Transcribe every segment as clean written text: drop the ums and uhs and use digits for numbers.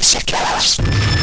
Noisecast.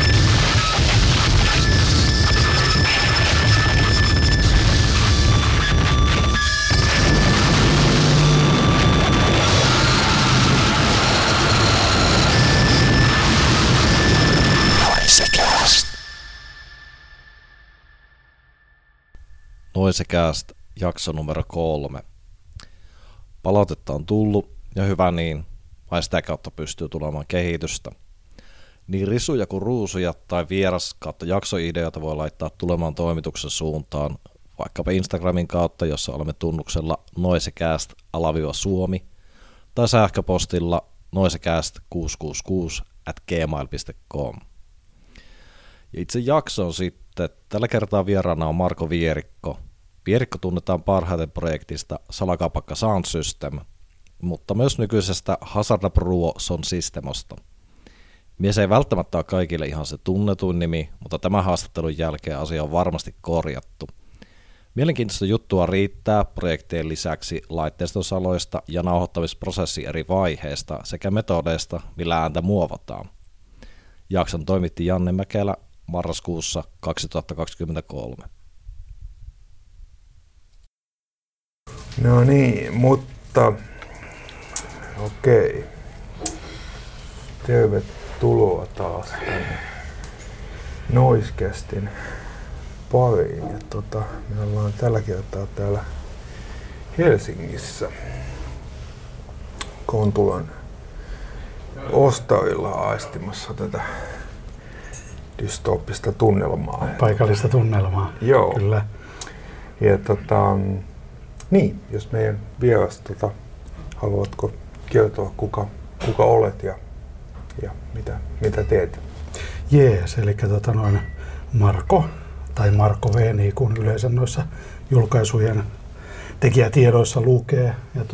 Noisecast jakso numero 3. Palautetta on tullut, ja hyvä niin, vai sitä kautta pystyy tulemaan kehitystä. Niin risuja kuin ruusuja tai vieras kautta jaksoideoita voi laittaa tulemaan toimituksen suuntaan, vaikkapa Instagramin kautta, jossa olemme tunnuksella noisecast_suomi, tai sähköpostilla noisecast666@gmail.com. Ja itse jakso on sitten, tällä kertaa vieraana on Marko Vierikko. Vierikko tunnetaan parhaiten projektista Salakapakka Sound System, mutta myös nykyisestä Hazarda Pro Sound Systemosta. Mies ei välttämättä ole kaikille ihan se tunnetuin nimi, mutta tämän haastattelun jälkeen asia on varmasti korjattu. Mielenkiintoista juttua riittää projektien lisäksi laitteistosaloista ja nauhoittamisprosessin eri vaiheista sekä metodeista, millä ääntä muovataan. Jakson toimitti Janne Mäkelä marraskuussa 2023. No niin, mutta okei. Tervetuloa taas tänne Noisecastin pariin. Ja me ollaan tällä kertaa täällä Helsingissä Kontulan ostarilla aistimassa tätä dystooppista tunnelmaa. Paikallista tunnelmaa. Joo. Kyllä. Ja niin, jos meidän vieras, haluatko kertoa kuka olet ja mitä teet? Jees, eli Marko, tai Marko V, niin kuin yleensä noissa julkaisujen tekijätiedoissa lukee. Ja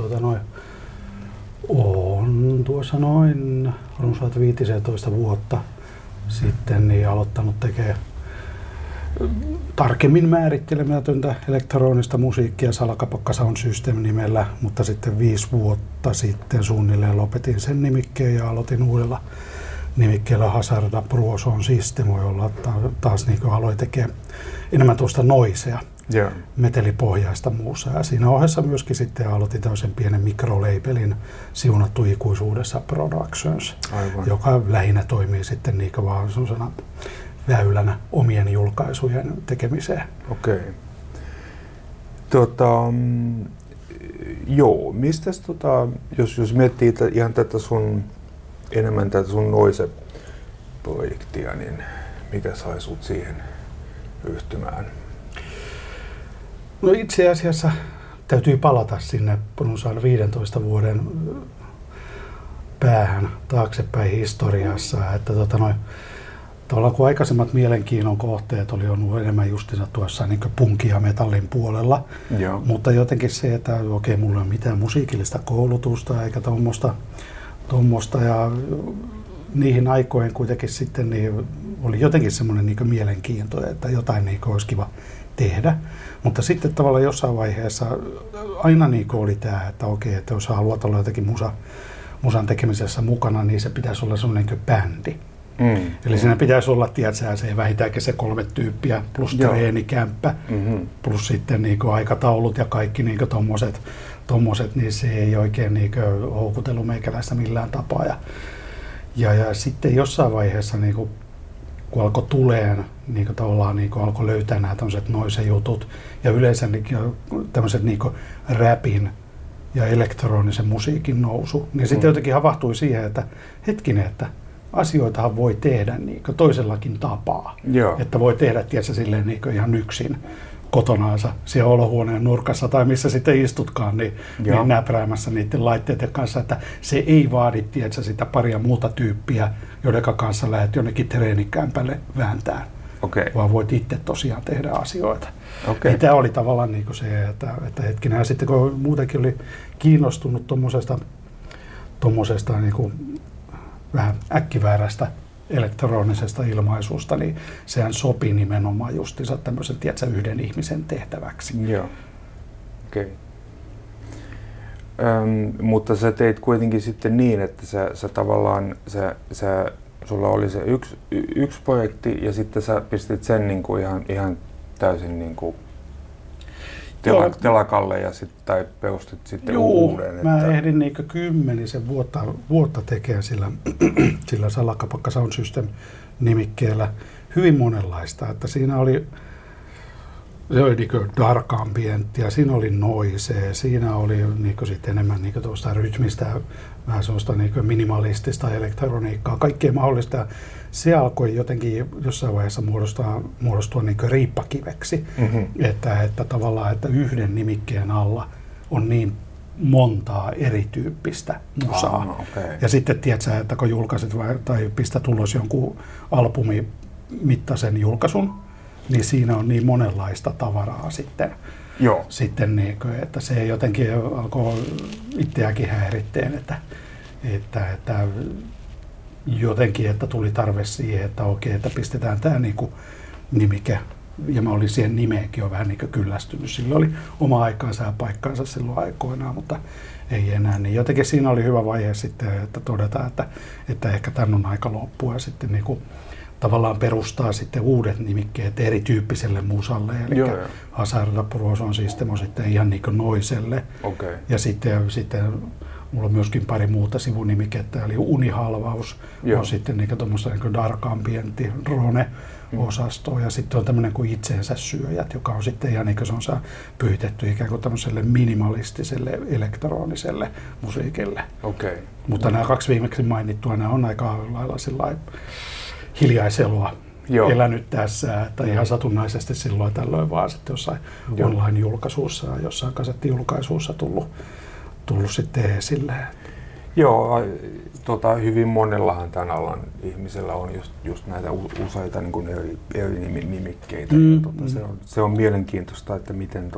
on tuossa noin runsaat 15 vuotta sitten niin aloittanut tekemään tarkemmin määrittelemätöntä elektronista musiikkia Salakapakka Sound System nimellä, mutta sitten 5 vuotta sitten suunnilleen lopetin sen nimikkeen ja aloitin uudella nimikkeellä Hazarda Pro Sound System, jolla taas niin aloin tekemään enemmän tuosta noisea, metelipohjaista muussa. Ja siinä ohessa myöskin sitten aloitin tämmöisen pienen mikrolabelin Siunattu ikuisuudessa Productions, Aivan. joka lähinnä toimii sitten niin vaan sellaisena väylänä omien julkaisujen tekemiseen. Okei. Joo, mistäs jos miettii ihan enemmän tätä sun Noise-projektia, niin mikä sai sut siihen ryhtymään? No itse asiassa täytyy palata sinne runsaan 15 vuoden päähän taaksepäin historiassa, että tavallaan kun aikaisemmat mielenkiinnon kohteet oli ollut enemmän justiinsa tuossa niin punkin ja metallin puolella, Joo. mutta jotenkin se, että okei, mulla ei ole mitään musiikillista koulutusta eikä tuommoista ja niihin aikoihin kuitenkin sitten niin oli jotenkin semmoinen niin mielenkiinto, että jotain niin olisi kiva tehdä, mutta sitten tavallaan jossain vaiheessa aina niin oli tämä, että okei, että jos haluat olla jotenkin musan tekemisessä mukana, niin se pitäisi olla semmoinen niin bändi. Eli siinä pitäisi olla, tiedätkö, se vähintäänkin se 3 tyyppiä plus treenikämppä, plus sitten niin aikataulut ja kaikki niin tommoset, niin se ei oikein niin houkutellut meikäläistä millään tapaa. Ja sitten jossain vaiheessa, niin kun alkoi tuleen, niin tavallaan niin alkoi löytää nämä tämmöiset noise-jutut ja yleensä niin tämmöiset niin räpin ja elektronisen musiikin nousu, niin sitten jotenkin havahtui siihen, että hetkinen, että asioitahan voi tehdä niin toisellakin tapaa. Joo. Että voi tehdä tietysti silleen niin ihan yksin kotonaansa siellä olohuoneen nurkassa tai missä sitten istutkaan, niin näpräämässä niiden laitteiden kanssa, että se ei vaadi tietysti sitä paria muuta tyyppiä, joiden kanssa lähdet jonnekin treenikämpälle vääntään, vaan voit itse tosiaan tehdä asioita. Okay. Tämä oli tavallaan niin se, että hetkinen, ja sitten kun muutenkin oli kiinnostunut tuommoisesta niin vähän äkkiväärästä elektronisesta ilmaisusta, niin sehän sopi nimenomaan justiinsa tämmöisen, tiedätkö, yhden ihmisen tehtäväksi. Joo, okei. Mutta sä teit kuitenkin sitten niin, että sä tavallaan sä sulla oli se yksi projekti ja sitten sä pistit sen niin kuin ihan täysin niin kuin telakalle ja tai perustit sitten uuden. Mä ehdin niin 10 vuotta tekemään sillä Salakapakka Sound System -nimikkeellä hyvin monenlaista. Että siinä oli niin dark ambienttia, siinä oli noisea, siinä oli niin sitten enemmän niin tuosta rytmistä, vähän sellaista niin minimalistista elektroniikkaa, kaikkea mahdollista. Se alkoi jotenkin jossain vaiheessa muodostua niin riippakiveksi, että tavallaan että yhden nimikkeen alla on niin montaa erityyppistä musaa. Okay. Ja sitten tiedätkö, että kun julkaiset tai pistät ulos jonkun albumimittaisen julkaisun, niin siinä on niin monenlaista tavaraa sitten. Joo. Sitten niin kuin, että se jotenkin alkoi itseäkin häiritteen, että jotenkin, että tuli tarve siihen, että okei, että pistetään tämä niin kuin nimike. Ja mä olin siihen nimeenkin jo vähän niin kuin kyllästynyt. Sillä oli oma aikansa ja paikkansa silloin aikoinaan, mutta ei enää. Niin jotenkin siinä oli hyvä vaihe sitten, että todetaan, että ehkä tämän on aika loppua. Ja sitten niin kuin tavallaan perustaa sitten uudet nimikkeet erityyppiselle musalle. Eli Hazard Pro Sound System on sitten ihan niin kuin noiselle. Okay. Ja sitten mulla on myöskin pari muuta sivunimikettä, eli Unihalvaus on sitten niin tuommoista niin dark ambientti, drone-osasto, ja sitten on tämmöinen kuin Itseensä syöjät, joka on sitten ihan niin kuin se on pyhitetty ikään kuin tämmöiselle minimalistiselle elektroniselle musiikille. Okay. Mutta nämä kaksi viimeksi mainittua, nämä on aika lailla sillai hiljaiselua elänyt tässä, että ihan satunnaisesti silloin tällöin vaan sitten jossain online-julkaisuussa ja jossain kasettijulkaisuussa tullut sitten esille. Joo, hyvin monellahan tämän alan ihmisellä on just näitä useita niin kuin eri nimikkeitä. Se on mielenkiintoista, että miten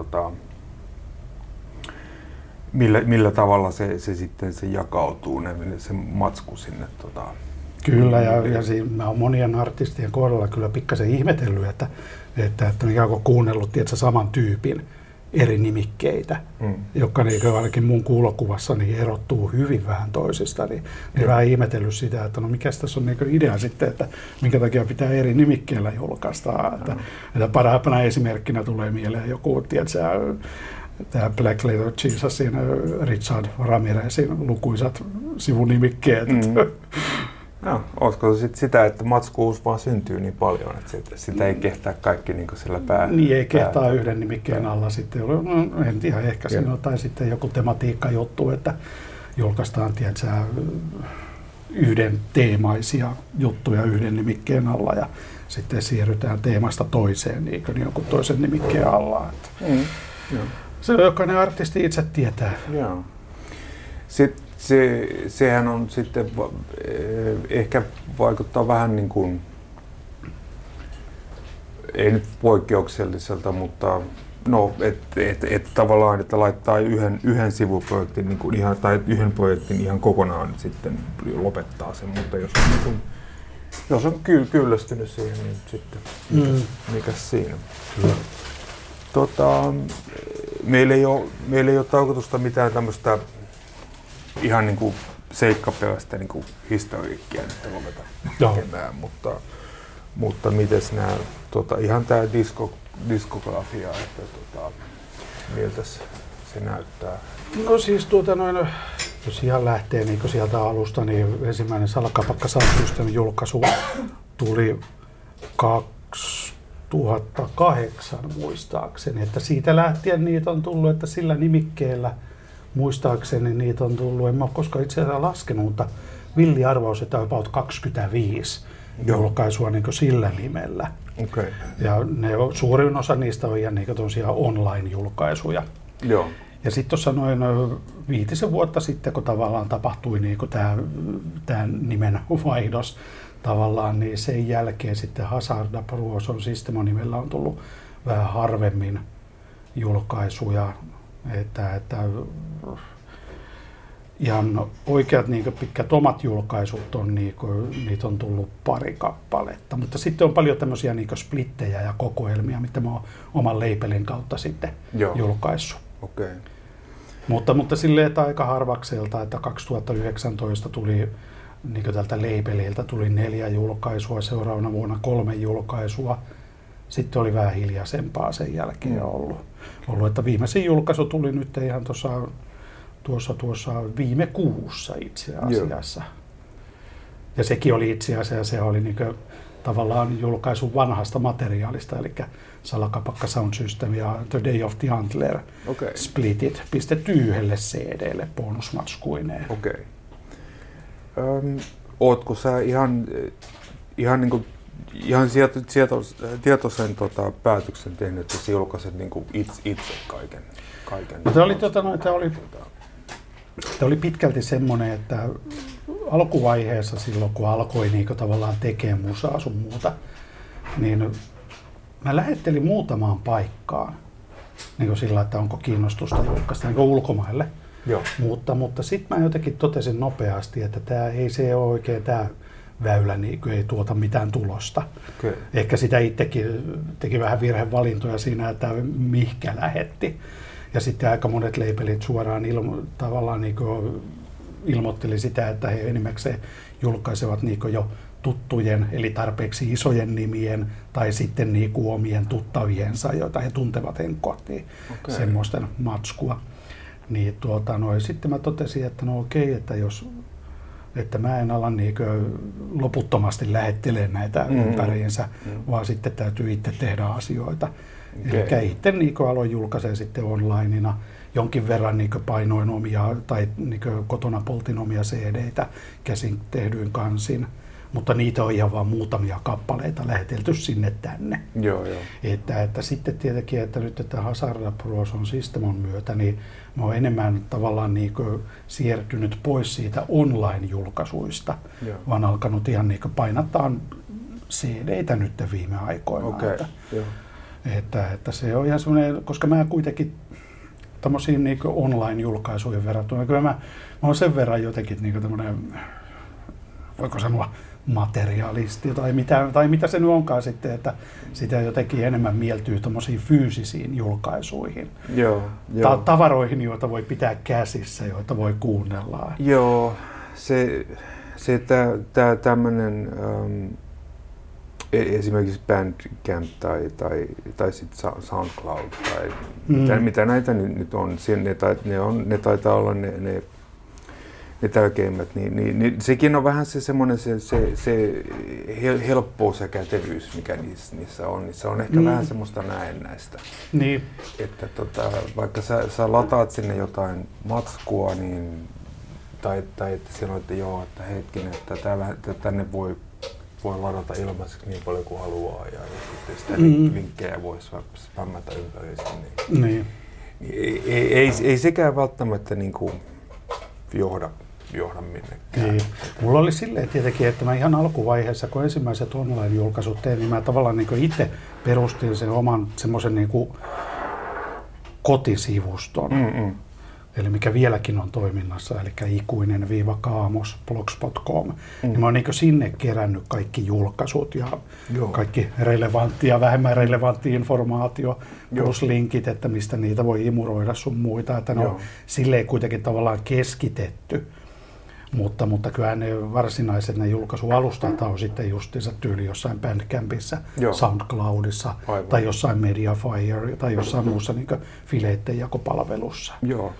millä tavalla se sitten se jakautuu, se matsku sinne. Kyllä, ja siinä mä oon monien artistien kohdalla kyllä pikkasen ihmetellyt, että mikä on kuunnellut saman tyypin eri nimikkeitä, jotka niin ainakin mun kuulokuvassa niin erottuu hyvin vähän toisista. Niin vähän ihmetellyt sitä, että no mikä tässä on niin idea sitten, että minkä takia pitää eri nimikkeellä julkaista. Että parhaimpana esimerkkinä tulee mieleen joku, tiedätkö, tämä Black Leather Jesusin Richard Ramirezin lukuisat sivunimikkeet. No, olisiko se sitä, että matskuus vaan syntyy niin paljon, että sitä ei kehtää kaikki niin sillä Niin ei kehtaa yhden nimikkeen alla sitten. No, en tiedä, ehkä siinä on tai sitten joku tematiikkajuttu, että julkaistaan tiedätkö, yhden teemaisia juttuja yhden nimikkeen alla ja sitten siirrytään teemasta toiseen niin jonkun toisen nimikkeen alla. Se jokainen artisti itse tietää. Joo. Sitten sehän on sitten ehkä vaikuttaa vähän niin kuin, ei nyt poikkeukselliselta, mutta no, että tavallaan, että laittaa yhden sivuprojektin niin kuin ihan, tai yhden projektin ihan kokonaan nyt sitten lopettaa sen, mutta jos on kyllästynyt siihen, niin sitten mikäs siinä. Meillä ei ole tarkoitusta mitään tämmöistä ihan niin kuin seikkaperäistä niin kuin historiikkia nyt ruveta tekemään, mutta mites nämä, ihan tämä diskografia, että miltä se näyttää? No siis jos ihan lähtee niin sieltä alusta, niin ensimmäinen Salakapakka Sound System -julkaisu tuli 2008 muistaakseni, että siitä lähtien niitä on tullut, että sillä nimikkeellä muistaakseni niitä on tullut, en mä ole koskaan itse asiassa laskenut, mutta villi arvaus, että on about 25 julkaisua niin sillä nimellä. Okay. Ja suurin osa niistä on ihan niin online-julkaisuja. Joo. Ja sitten tuossa noin 5 vuotta sitten, kun tavallaan tapahtui niin tämä nimen vaihdos, tavallaan, niin sen jälkeen sitten Hazard Pro Sound System nimellä on tullut vähän harvemmin julkaisuja. Että ihan oikeat niin pitkät omat julkaisut on, niitä on tullut pari kappaletta, mutta sitten on paljon tämmöisiä niin splittejä ja kokoelmia, mitä mä oon oman labelin kautta sitten julkaissut. Okay. Mutta silleen, että aika harvakselta, että 2019 tuli niin tältä labeliltä tuli 4 julkaisua, seuraavana vuonna 3 julkaisua. Sitten oli vähän hiljaisempaa sen jälkeen ollut. Että viimeisin julkaisu tuli nyt ihan tuossa viime kuussa itse asiassa. Joo. Ja sekin oli itse asiassa, se oli niin tavallaan julkaisu vanhasta materiaalista, eli Salakapakka Sound System ja The Day of the Antler splitit pistetty yhdelle CD:lle bonusmatskuineen. Okei. Ootko sä ihan tietoisen päätöksen tehnyt, että sä julkaiset niin itse kaiken? No, tämä oli pitkälti semmoinen, että alkuvaiheessa silloin, kun alkoi niin tavallaan tekemään musaa sun muuta, niin mä lähettelin muutamaan paikkaan niin sillä, että onko kiinnostusta julkaista niin ulkomaille. Joo. Mutta sitten mä jotenkin totesin nopeasti, että tämä ei se ole oikein tämä väylä, niin ei tuota mitään tulosta. Okay. Ehkä sitä itsekin teki vähän virhevalintoja siinä, että mihkä lähetti. Ja sitten aika monet labelit suoraan tavallaan niin ilmoitteli sitä, että he enimmäkseen julkaisevat niin jo tuttujen, eli tarpeeksi isojen nimien tai sitten niin omien tuttaviensa, joita he tuntevat henkkohtiin, semmoisten matskua. Niin sitten mä totesin, että no okei, että mä en ala loputtomasti lähettelee näitä ympäriinsä, vaan sitten täytyy itse tehdä asioita. Eli itse aloin julkaisee sitten onlineina. Jonkin verran painoin omia tai kotona poltin omia CD-tä käsin tehdyin kansin, mutta niitä on ihan vaan muutamia kappaleita lähetelty sinne tänne. Joo. Että sitten tietenkin, että nyt että Hazarda Pro Sound Systemon myötä, niin mä oon enemmän tavallaan siirtynyt pois siitä online-julkaisuista, vaan alkanut ihan painattaa CD-tä nyt viime aikoina. Okay. Että se on ihan semmoinen, koska mä kuitenkin tämmöisiin online-julkaisuihin verrattuna, kyllä mä oon sen verran jotenkin tämmöinen, voiko sanoa, materialisti tai mitä se nyt onkaan sitten, että sitä jotenkin enemmän mieltyy tämmöisiin fyysisiin julkaisuihin. Joo. Tavaroihin, joita voi pitää käsissä, joita voi kuunnella. Joo, tämmöinen esimerkiksi Bandcamp tai sitten SoundCloud tai mitä näitä nyt on, ne taitaa olla ne tärkeimmät, niin sekin on vähän se semmoinen se helppous ja kätevyys, mikä niissä on. Se on ehkä vähän semmoista näennäistä. Niin. Että vaikka sä lataat sinne jotain matskua, niin, tai että siellä on, että joo, että hetkinen, että tänne voi ladata ilmaiseksi niin paljon kuin haluaa ja sitten sitä linkkejä voisi spämmätä ympäriinsä. Niin. Ei sekään välttämättä johda minnekään. Niin. Mulla oli silleen tietenkin, että mä ihan alkuvaiheessa, kun ensimmäiset online-julkaisut tein, niin mä tavallaan itse perustin sen oman semmoisen kotisivuston. Eli mikä vieläkin on toiminnassa, eli ikuinen-kaamos.blogspot.com. Niin mä oon sinne kerännyt kaikki julkaisut ja kaikki relevantti ja vähemmän relevantti informaatio, plus linkit, että mistä niitä voi imuroida sun muita. Että ne on silleen kuitenkin tavallaan keskitetty. Mutta kyllä ne varsinaiset julkaisualustat on sitten justiinsa tyyli jossain Bandcampissa, SoundCloudissa tai jossain Mediafire tai jossain muussa fileitten jakopalvelussa. Joo.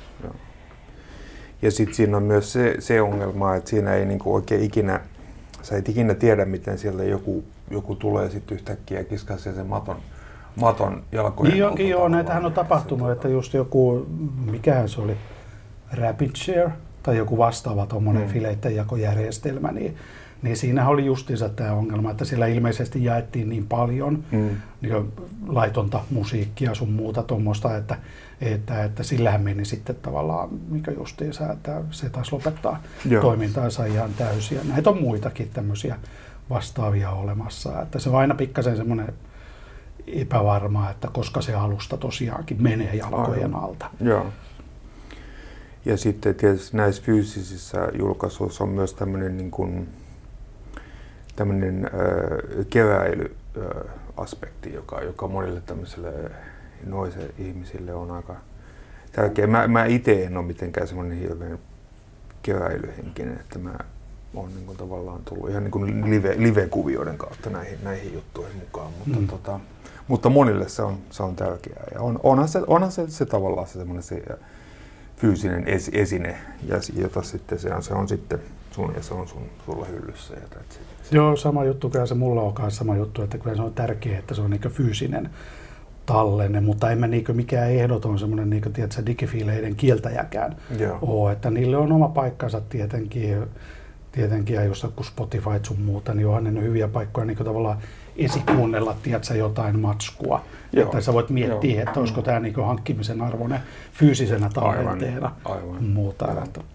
Ja sitten siinä on myös se ongelma, että siinä ei oikein sä et ikinä tiedä, miten sieltä joku tulee sitten yhtäkkiä ja kiskaisee sen maton jalkojen alta. Joo, näitähän on tapahtunut, että just joku, mikähän se oli, RapidShare tai joku vastaava tuommoinen fileitten jakojärjestelmä, niin siinä oli justiinsa tämä ongelma, että siellä ilmeisesti jaettiin niin paljon laitonta musiikkia sun muuta tuommoista, että sillähän meni sitten tavallaan, mikä justiinsa, että se taas lopettaa toimintaansa ihan täysin. Näitä on muitakin tämmöisiä vastaavia olemassa, että se on aina pikkasen semmoinen epävarmaa, että koska se alusta tosiaankin menee jalkojen alta. Joo. Ja sitten tietysti näissä fyysisissä julkaisuissa on myös tämmöinen keräilyaspekti, joka monille tämmöiselle noise ihmisille on aika tärkeä. Mä itse en ole mitenkään semmoinen hirveän keräilyhenkinen, että on niin kuin tavallaan tullut ihan niin kuin live-kuvioiden kautta näihin juttuihin mukaan, mutta monille se on tärkeää. Ja onhan se tavallaan se semmoinen se fyysinen esine, jota sitten se on sitten sun ja se on sulla hyllyssä. Joo, sama juttu, kyllä se mulla on myös sama juttu, että kyllä se on tärkeää, että se on niin fyysinen tallenne, mutta en mä mikään ehdoton semmoinen digifiileiden kieltäjäkään ole, että niille on oma paikkansa tietenkin ja jos kun Spotify sun muuta, niin onhan ne hyviä paikkoja niin tavallaan esikuunnella, jotain matskua. Että sä voit miettiä, että olisiko tämä niin hankkimisen arvoinen fyysisenä tallenteena. Aivan. Muuta.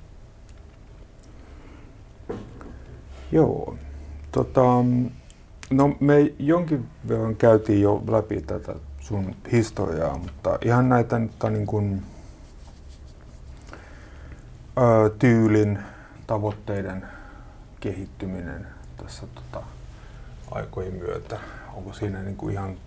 Joo. No me jonkin verran käytiin jo läpi tätä sun historiaa, mutta ihan näitä niin kuin, tyylin, tavoitteiden kehittyminen tässä aikojen myötä. Onko siinä niin kuin ihan,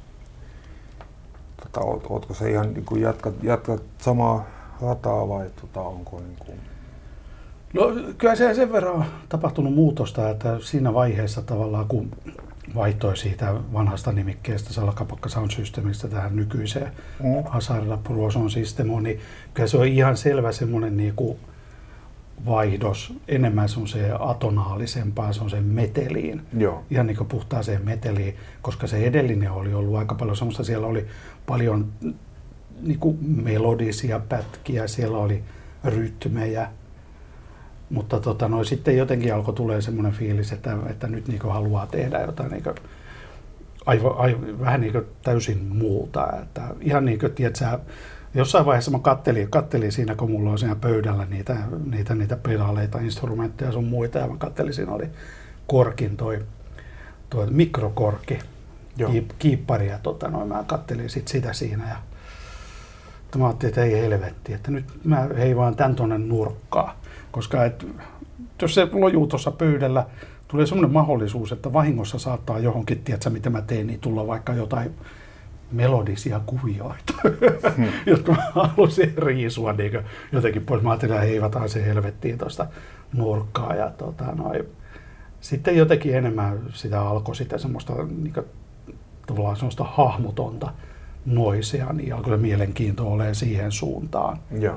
ootko se ihan niin kuin jatkat samaa rataa vai onko niin kuin... No kyllä se sen verran on tapahtunut muutosta, että siinä vaiheessa tavallaan kun vaihtoi siitä vanhasta nimikkeestä Salakapakka Sound Systemistä tähän nykyiseen Hazardilla Pro Sound Systemiin, niin kyllä se on ihan selvä semmoinen niinku vaihdos. Enemmän se on se atonaalisempaa, se on se meteliin. Joo. Ihan niin kuin puhtaaseen meteliin, koska se edellinen oli ollut aika paljon semmoista, siellä oli paljon niinku melodisia pätkiä, siellä oli rytmejä. Mutta sitten jotenkin alkoi tulee semmoinen fiilis, että nyt niinku haluaa tehdä jotain niinku vähän niinku täysin muuta. Että ihan niin kuin, tiedätkö, jossain vaiheessa mä kattelin siinä, kun mulla on siinä pöydällä niitä pedaaleita, instrumentteja sun muita, ja mä kattelin, siinä oli korkin toi mikrokorkki, kiippari, ja mä kattelin sitä siinä, ja mä ajattelin, että ei helvetti, että nyt mä heivaan tän tonne nurkkaan. Koska jos se lojuu tuossa pöydällä, tulee semmoinen mahdollisuus, että vahingossa saattaa johonkin, tiedätkö mitä mä teen, niin tulla vaikka jotain melodisia kuvioita, jotka mä halusin riisua niin jotenkin pois. Mä ajattelin, että heivataan se helvettiin tuosta nurkkaa. Ja sitten jotenkin enemmän sitä alkoi sitä semmoista niin tavallaan semmoista hahmotonta noisea, niin alkoi mielenkiinto olemaan siihen suuntaan. Joo.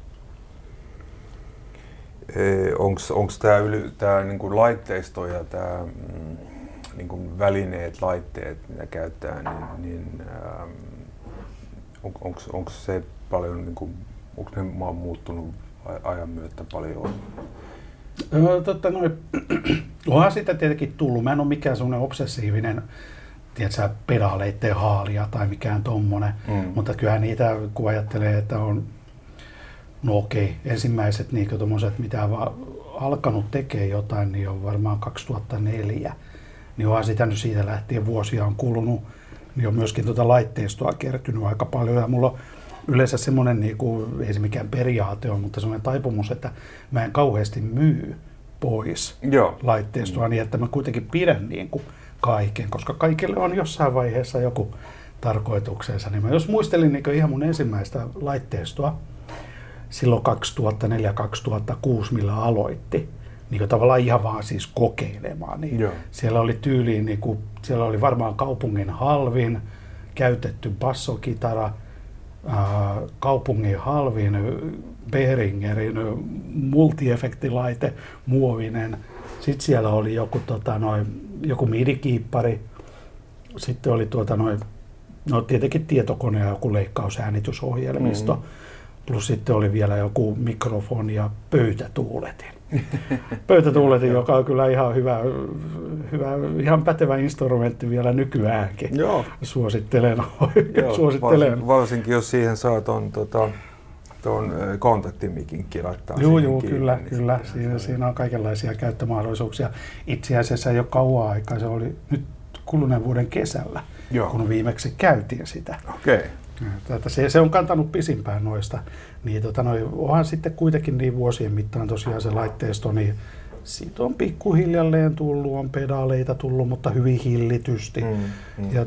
Onko tämä niinku laitteisto ja tämä niinku välineet, laitteet, mitä käytetään, niin onko se paljon, niinku, onko ne muuttunut ajan myötä paljon? Onhan sitä tietenkin tullut. Mä en ole mikään semmoinen obsessiivinen, tiedätkö, pedaaleiden haalia tai mikään tommonen, mutta kyllähän niitä, kun ajattelee, että on no okei, ensimmäiset niin tommoset, mitä on alkanut tekemään jotain, niin on varmaan 2004. Niin onhan sitä nyt siitä lähtien vuosia on kulunut, niin on myöskin laitteistoa kertynyt aika paljon. Ja mulla on yleensä semmoinen, niin kuin, ei se mikään periaate ole, mutta semmoinen taipumus, että mä en kauheasti myy pois laitteistoa, niin että mä kuitenkin pidän niin kuin kaiken, koska kaikille on jossain vaiheessa joku tarkoituksensa. Niin mä jos muistelin niin ihan mun ensimmäistä laitteistoa, silloin 2004-2006, millä aloitti, niin tavallaan ihan vaan siis kokeilemaan. Niin siellä oli tyyliin, niin kuin, siellä oli varmaan kaupungin halvin käytetty bassokitara, kaupungin halvin Behringerin multiefektilaite, muovinen. Sitten siellä oli joku midi-kiippari, sitten oli tietenkin tietokone ja joku leikkausäänitysohjelmisto. Plus sitten oli vielä joku mikrofoni ja pöytätuuletin. Pöytätuuletin, joka on kyllä ihan hyvä, ihan pätevä instrumentti vielä nykyäänkin. Joo. Suosittelen. Varsinkin jos siihen saa tuon kontaktimikinkin laittaa. Joo, kyllä. Siinä on kaikenlaisia käyttömahdollisuuksia. Itse asiassa ei ole kauan aikaa, se oli nyt kuluneen vuoden kesällä, kun viimeksi käytiin sitä. Okay. Se on kantanut pisimpään noista. Niin, onhan sitten kuitenkin niin vuosien mittaan tosiaan se laitteisto, niin siitä on pikkuhiljalleen tullut, on pedaaleita tullut, mutta hyvin hillitysti. Ja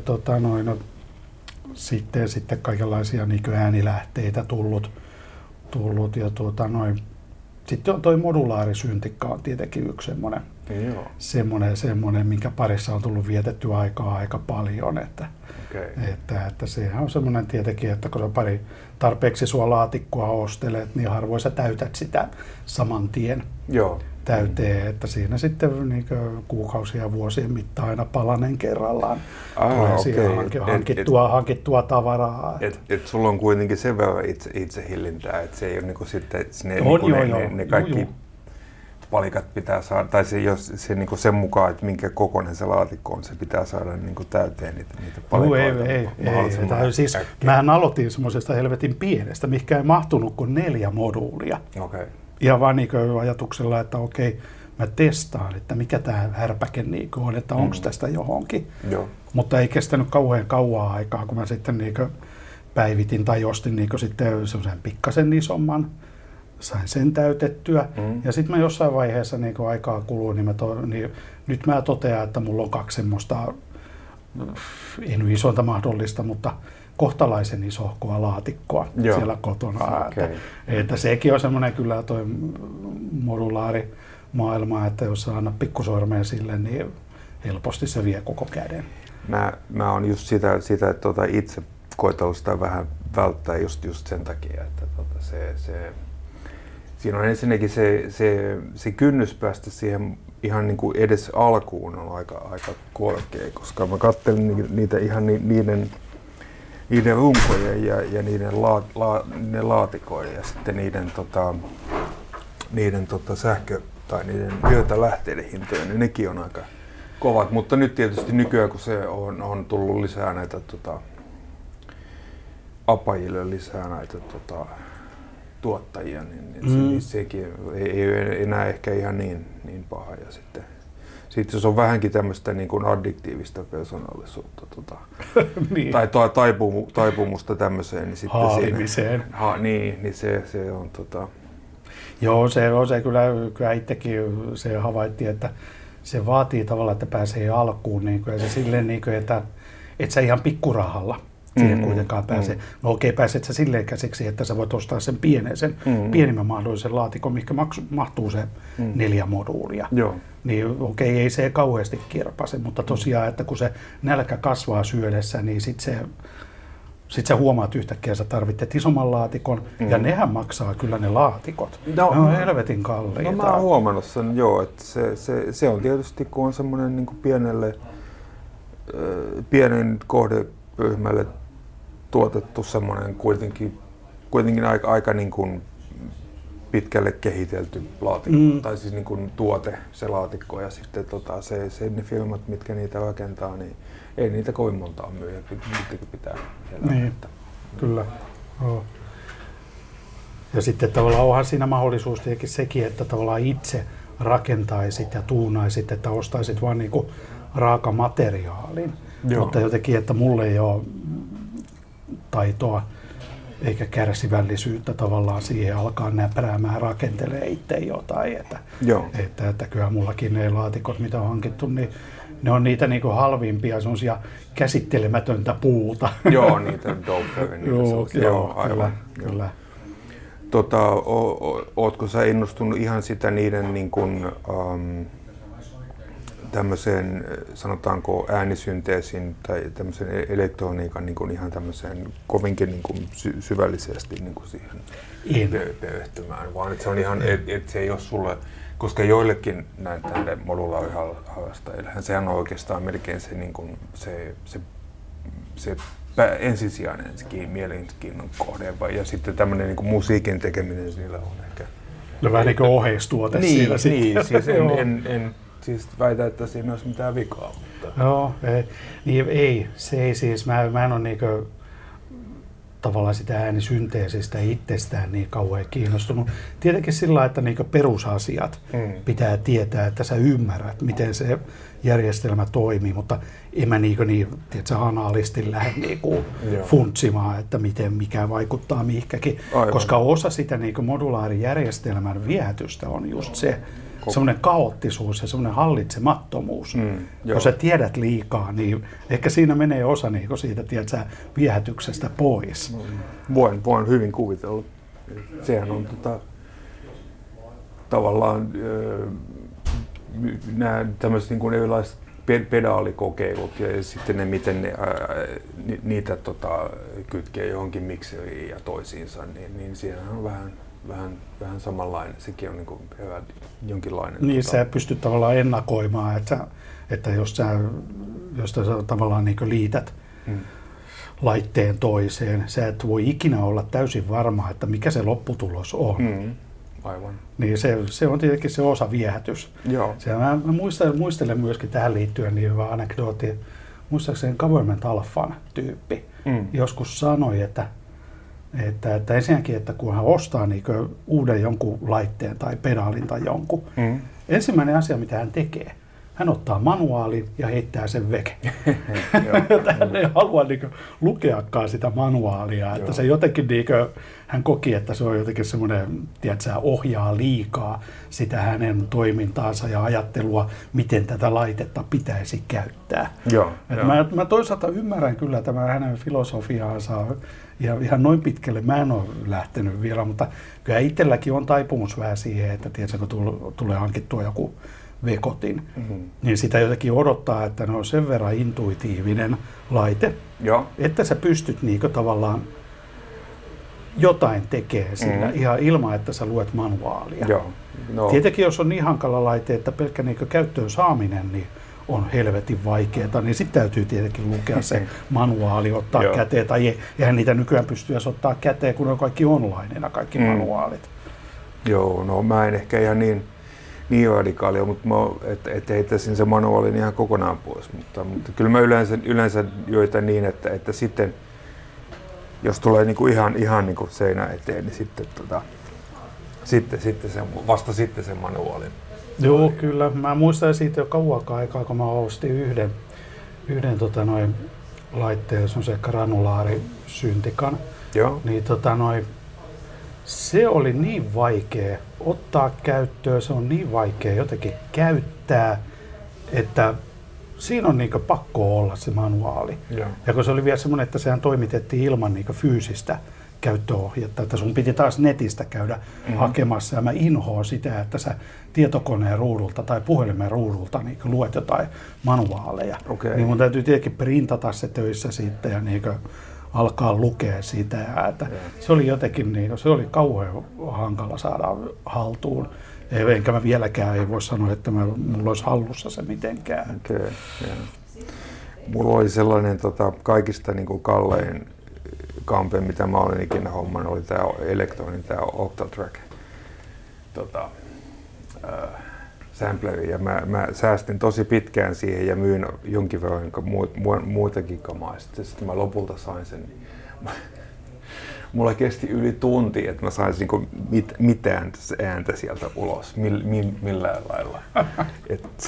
sitten kaikenlaisia niin äänilähteitä tullut. Ja sitten on toi modulaarisyntikka on tietenkin yksi semmoinen semmoinen, minkä parissa on tullut vietettyä aikaa aika paljon. Että sehän on semmoinen tietenkin, että kun sä pari tarpeeksi sua laatikkoa ostelet, niin harvoin sä täytät sitä saman tien täyteen. Että siinä sitten niin kuukausien ja vuosien mittaan aina palanen kerrallaan tulee siihen hankittua tavaraa. Et sulla on kuitenkin sen verran itsehillintää, että se ei ole niinku sitten ne kaikki palikat pitää saada, tai se niinku sen mukaan, että minkä kokoinen se laatikko on, se pitää saada niinku täyteen niitä palikoita. Ei. Siis mähän aloitin semmoisesta helvetin pienestä, mikä ei mahtunut kuin 4 moduulia. Okay. Ihan vaan niinku ajatuksella, että okei, mä testaan, että mikä tämä härpäke niinku on, että onko tästä johonkin. Joo. Mutta ei kestänyt kauhean kauaa aikaa, kun mä sitten niinku päivitin tai ostin niinku sitten semmoisen pikkasen isomman. Sain sen täytettyä. Ja sitten mä jossain vaiheessa niin kun aikaa kuluu, niin nyt mä totean, että mulla on 2 semmoista, en isointa mahdollista, mutta kohtalaisen isohkoa laatikkoa siellä kotona. Että sekin on semmoinen kyllä toi modulaarimaailma, että jos sä annat pikkusormeen sille, niin helposti se vie koko käden. Mä oon just sitä että itse koetellut sitä vähän välttää just sen takia, että siinä on ensinnäkin se kynnys päästä siihen ihan niin kuin edes alkuun on aika korkea, koska mä katselin niitä ihan niiden runkojen ja niiden laatikoiden ja sitten niiden sähkö- tai niiden virtalähteiden hintoja, niin nekin on aika kovat. Mutta nyt tietysti nykyään, kun se on tullut lisää näitä apajille lisää näitä tuottajia, niin sekin ei enää ehkä ihan niin paha. Ja sitten jos on vähänkin tämmöistä niin kuin addiktiivista persoonallisuutta niin. tai taipumusta tämmöiseen, niin sitten haalimiseen. Niin se on Joo, se kyllä itsekin se havaittiin, että se vaatii tavallaan, että pääsee alkuun niin kuin, ja se silleen, niin kuin, että et sä ihan pikkurahalla siihen kuitenkaan pääsee. No okei, pääset sä silleen käsiksi, että sä voit ostaa sen pienimmän mahdollisen laatikon, mikä mahtuu se 4 moduulia. Joo. Niin okei, ei se kauheasti kirpase, mutta tosiaan, että kun se nälkä kasvaa syödessä, niin sit sä huomaat yhtäkkiä, että sä tarvitset isomman laatikon, ja nehän maksaa kyllä ne laatikot. Ne on helvetin kalliita. No mä oon huomannut sen, että se on tietysti, kun on semmoinen niin kuin pienen kohderyhmälle tuotettu semmoinen kuitenkin aika niin kuin pitkälle kehitelty laatikko, tai siis niin kuin tuote, se laatikko, ja sitten ne firmat, mitkä niitä rakentaa, niin ei niitä kovin montaa myyä, niitäkin pitää elää. Niin, kyllä. Oh. Ja sitten tavallaan onhan siinä mahdollisuus tietenkin sekin, että tavallaan itse rakentaisit ja tuunaisit, että ostaisit vaan niinku raakamateriaalin. Mutta jotenkin, että mulle ei ole taitoa eikä kärsivällisyyttä tavallaan siihen alkaa näpräämään, rakentelee itse jotain. Että kyllä mullakin ne laatikot, mitä on hankittu, niin ne on niitä niinku halvimpia, semmoisia käsittelemätöntä puuta. Joo, niitä doperin. Joo, aivan. Kyllä. Ootko sä innostunut ihan sitä niiden niin kuin, tämmöiseen, sanotaanko äänisynteesin tai tämmöisen elektroniikan niin kuin ihan tämmöiseen kovinkin niin kuin syvällisesti niin kuin siihen perehtymään, vaan että se on ihan, että se ei ole sulle, koska joillekin näille modulaariharrastajille, sehän on oikeastaan melkein se, niin kuin, se ensisijainen mielenkiinnon kohde, ja sitten tämmöinen niin kuin musiikin tekeminen niillä on ehkä. No vähän niin kuin oheistuote siinä sitten. Niin, siis en siis väitä, että siinä olisi mitään vikaa. Mutta. Joo, ei. Se ei siis, mä en ole niinku tavallaan sitä äänisynteesistä itsestään niin kauhean kiinnostunut. Tietenkin sillä, että niinku perusasiat pitää tietää, että sä ymmärrät, miten se järjestelmä toimii, mutta en mä tiedätkö, anaalisti lähde niinku funtsimaan, että miten mikä vaikuttaa mihinkäkin, koska osa sitä niinku modulaarijärjestelmän viehätystä on just se, semmoinen kaoottisuus ja semmoinen hallitsemattomuus. Kun sä tiedät liikaa, niin ehkä siinä menee osa niin siitä tiedätkö, viehätyksestä pois. Voin hyvin kuvitella. Sehän on tavallaan nämä tämmöiset niin kuin erilaiset pedaalikokeilut ja sitten ne, miten ne, niitä kytkee johonkin mikseriin ja toisiinsa, niin siinähän on vähän samanlainen. Sekin on niin kuin jonkinlainen. Niin, sä pystyt tavallaan ennakoimaan, että jos sä tavallaan niin kuin liität laitteen toiseen, sä et voi ikinä olla täysin varma, että mikä se lopputulos on. Aivan. Niin se on tietenkin se osa viehätys. Joo. Mä muistelen myöskin tähän liittyen niin hyvä anekdootti. Muistaakseni Government Alphan tyyppi joskus sanoi, että ensinnäkin, että kun hän ostaa niin uuden jonkun laitteen tai pedaalin tai jonkun, ensimmäinen asia, mitä hän tekee, hän ottaa manuaalin ja heittää sen veke. Hän ei halua lukeakaan sitä manuaalia. Että se jotenkin, hän koki, että se on jotenkin semmoinen, tiedätkö, ohjaa liikaa sitä hänen toimintaansa ja ajattelua, miten tätä laitetta pitäisi käyttää. Mä toisaalta ymmärrän kyllä tämän hänen filosofiaansa. Ja ihan noin pitkälle mä en ole lähtenyt vielä, mutta kyllä itselläkin on taipumus vähän siihen, että tiedätkö, kun tulee hankittua joku vekotin, niin sitä jotenkin odottaa, että ne on sen verran intuitiivinen laite, että sä pystyt niinku tavallaan jotain tekemään sillä ihan ilman, että sä luet manuaalia. Tietenkin jos on niin hankala laite, että pelkkä niinku käyttöön saaminen niin on helvetin vaikeaa, niin sitten täytyy tietenkin lukea se manuaali, ottaa käteen, tai eihän niitä nykyään pysty edes ottaa käteen, kun on kaikki onlineina, kaikki manuaalit. Joo, no mä en ehkä ihan niin radikaalia, mutta että heittäisin se manuaalin ihan kokonaan pois. Mutta kyllä mä yleensä joitain niin, että sitten jos tulee niinku ihan niinku seinä eteen, niin sitten vasta sen manuaalin. Joo, kyllä. Mä muistan siitä jo kauan aikaa, kun mä ostin yhden laitteen, se on se granulaarisyntikan. Niin se oli niin vaikea ottaa käyttöön, se on niin vaikea jotenkin käyttää, että siinä on niinku pakko olla se manuaali. Ja kun se oli vielä semmoinen, että sehän toimitettiin ilman niinku fyysistä käyttöohjetta, että sun piti taas netistä käydä hakemassa, ja mä inhoan sitä, että sä tietokoneen ruudulta tai puhelimen ruudulta niin luet jotain manuaaleja. Niin mun täytyy tietenkin printata se töissä sitten ja niin alkaa lukea sitä. Että se oli jotenkin niin, se oli kauhean hankala saada haltuun. Enkä mä vieläkään ei voi sanoa, että mulla olisi hallussa se mitenkään. Mulla oli sellainen kaikista niin kuin kallein kampe, mitä mä olen ikinä hommannut, oli tää Electronin, tää Octatrack sampleri, ja mä säästin tosi pitkään siihen ja myin jonkin verran muitakin kamaa. Sitten mä lopulta sain sen. Mulla kesti yli tunti, että mä saisin niinku mitään ääntä sieltä ulos, millään lailla. Et se,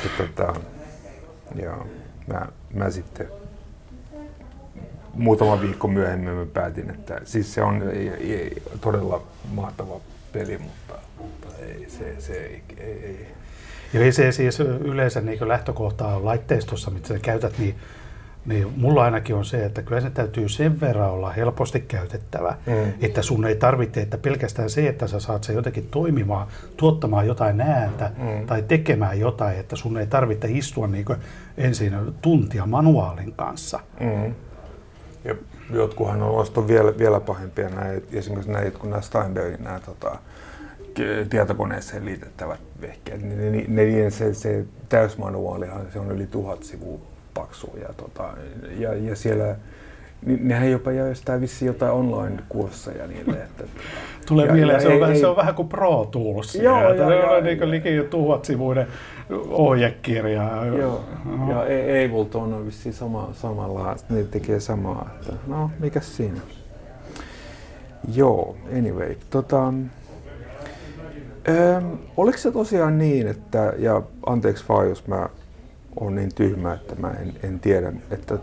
mä sitten muutama viikko myöhemmin mä päätin, että siis se on todella mahtava peli, mutta se ei. Ja se siis yleensä niin lähtökohtaa laitteistossa, mitä sä käytät, niin mulla ainakin on se, että kyllä se täytyy sen verran olla helposti käytettävä, että sun ei tarvitse, että pelkästään se, että sä saat sen jotenkin toimimaan, tuottamaan jotain ääntä tai tekemään jotain, että sun ei tarvitse istua niin ensin tuntia manuaalin kanssa. Ja jotkuhan on vielä pahempia, esimerkiksi nämä Steinbergin tietokoneeseen liitettävät vehkeet, niin se täysmanuaalihan se on yli 1000 sivua paksu ja siellä nehän jopa järjestää vissiin jotain online-kursseja niille. Tulee mieleen, se on vähän kuin Pro Tools. Joo, niin liki 1000-sivuinen ohjekirja. Joo, ja Ableton on vissiin samalla, ne tekee samaa. Että, no, mikäs siinä? Joo, anyway. Oliko se tosiaan niin, että, ja anteeksi vaan, jos mä oon niin tyhmä, että mä en tiedä, että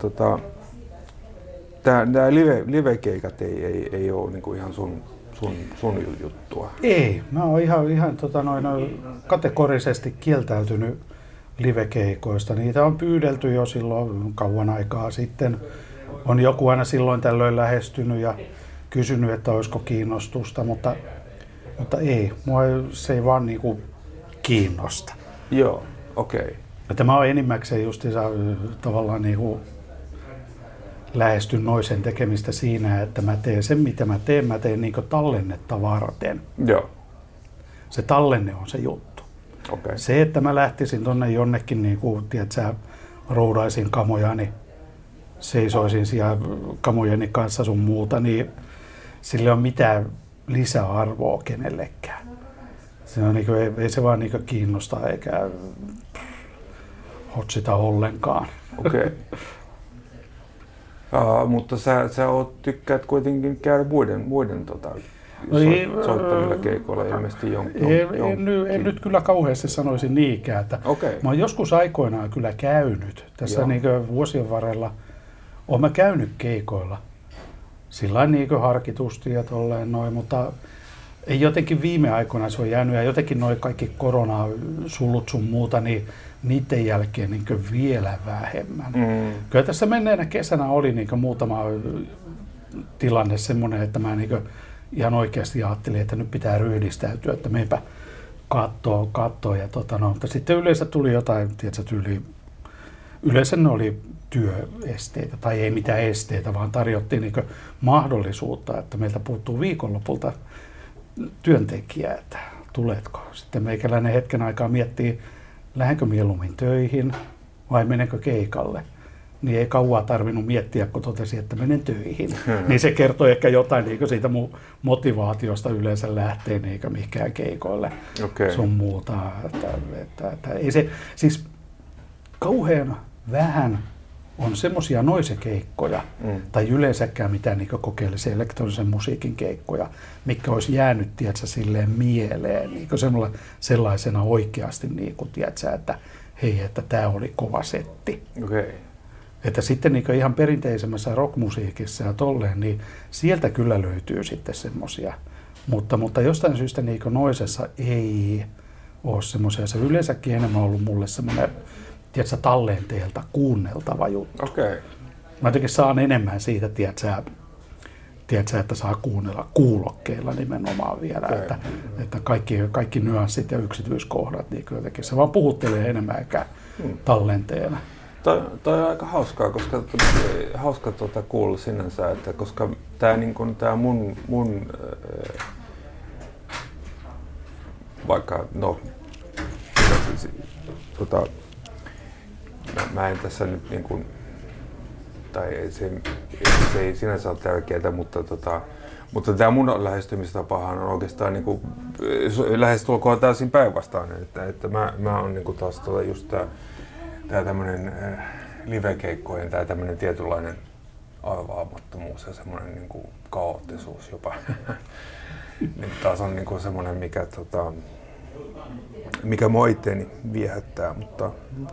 tää live-keikat ei ole niinku ihan sun juttua. Ei, mä oon ihan kategorisesti kieltäytynyt livekeikoista. Niitä on pyydelty jo silloin kauan aikaa sitten. On joku aina silloin tällöin lähestynyt ja kysynyt, että olisiko kiinnostusta, mutta ei, se ei vaan niinku kiinnosta. Joo. Okei. Että mä oon enimmäkseen justiinsa tavallaan niinku lähestyn Noisen tekemistä siinä, että mä teen sen, mitä mä teen niinku tallennetta varten. Joo. Se tallenne on se juttu. Okay. Se, että mä lähtisin tonne jonnekin, niinku, tiedätkö, roudaisin kamojani, seisoisin siellä kamojeni kanssa sun muuta, niin sillä ei ole mitään lisäarvoa kenellekään. Se on, niinku, ei se vaan niinku kiinnosta eikä hotsita ollenkaan. Okei. Mutta sä tykkäät kuitenkin käydä muiden soittamilla keikoilla ilmeisesti en nyt kyllä kauheasti sanoisi niinkään. Että mä oon joskus aikoinaan kyllä käynyt tässä niin vuosien varrella. Oon mä käynyt keikoilla sillain niin harkitusti ja tolleen noin, mutta ei jotenkin viime aikoina se on jäänyt ja jotenkin noi kaikki koronasulut sun muuta, niin niiden jälkeen niin vielä vähemmän. Kyllä tässä menneenä kesänä oli niin muutama tilanne semmoinen, että mä niin ihan oikeasti ajattelin, että nyt pitää ryhdistäytyä, että meipä kattoo ja mutta sitten yleensä tuli jotain, tiedätkö, yleensä ne oli työesteitä tai ei mitään esteitä, vaan tarjottiin niin mahdollisuutta, että meiltä puuttuu viikonlopulta työntekijää, että tuletko. Sitten meikäläinen hetken aikaa miettii, lähdenkö mieluummin töihin vai menenkö keikalle. Niin ei kauaa tarvinnut miettiä, kun totesin, että menen töihin. Niin se kertoi ehkä jotain niin siitä mun motivaatiosta yleensä lähtee niin mihinkään keikoille sun muuta. Että ei se, siis kauhean vähän on semmoisia noisekeikkoja tai yleensäkään mitään niin kokeellisia elektronisen musiikin keikkoja, mikä olisi jäänyt tiedätkö, silleen mieleen niin sellaisena oikeasti, niin kuin, tiedätkö, että hei, että tämä oli kova setti. Okay. Että sitten niin ihan perinteisemmässä rockmusiikissa ja tolleen, niin sieltä kyllä löytyy sitten semmoisia. Mutta jostain syystä niin noisessa ei ole semmoisia. Se yleensäkin enemmän ollut mulle semmoinen, tiedätkö, tallenteelta kuunneltava juttu. Okay. Mä jotenkin saan enemmän siitä, tiedätkö, että saa kuunnella kuulokkeilla nimenomaan vielä. Okay. Että kaikki nyanssit ja yksityiskohdat, niin jotenkin se vaan puhuttelee enemmän tallenteena. Toi on aika hauskaa, koska hauska kuulla sinänsä, että koska tää niin tää mun vaikka mä en tässä nyt niin kuin, tai se ei sinänsä ole tärkeää, mutta tämä mun lähestymistapahan on oikeastaan niin kuin, lähestulkoon täysin päinvastainen, että mä oon niin kuin taas just tää tämmönen livekeikkojen tää tämmönen tietynlainen arvaamattomuus ja semmoinen niin kuin kaoottisuus jopa. Niin taas on niin kuin semmoinen, mikä mua itteeni viehättää, mutta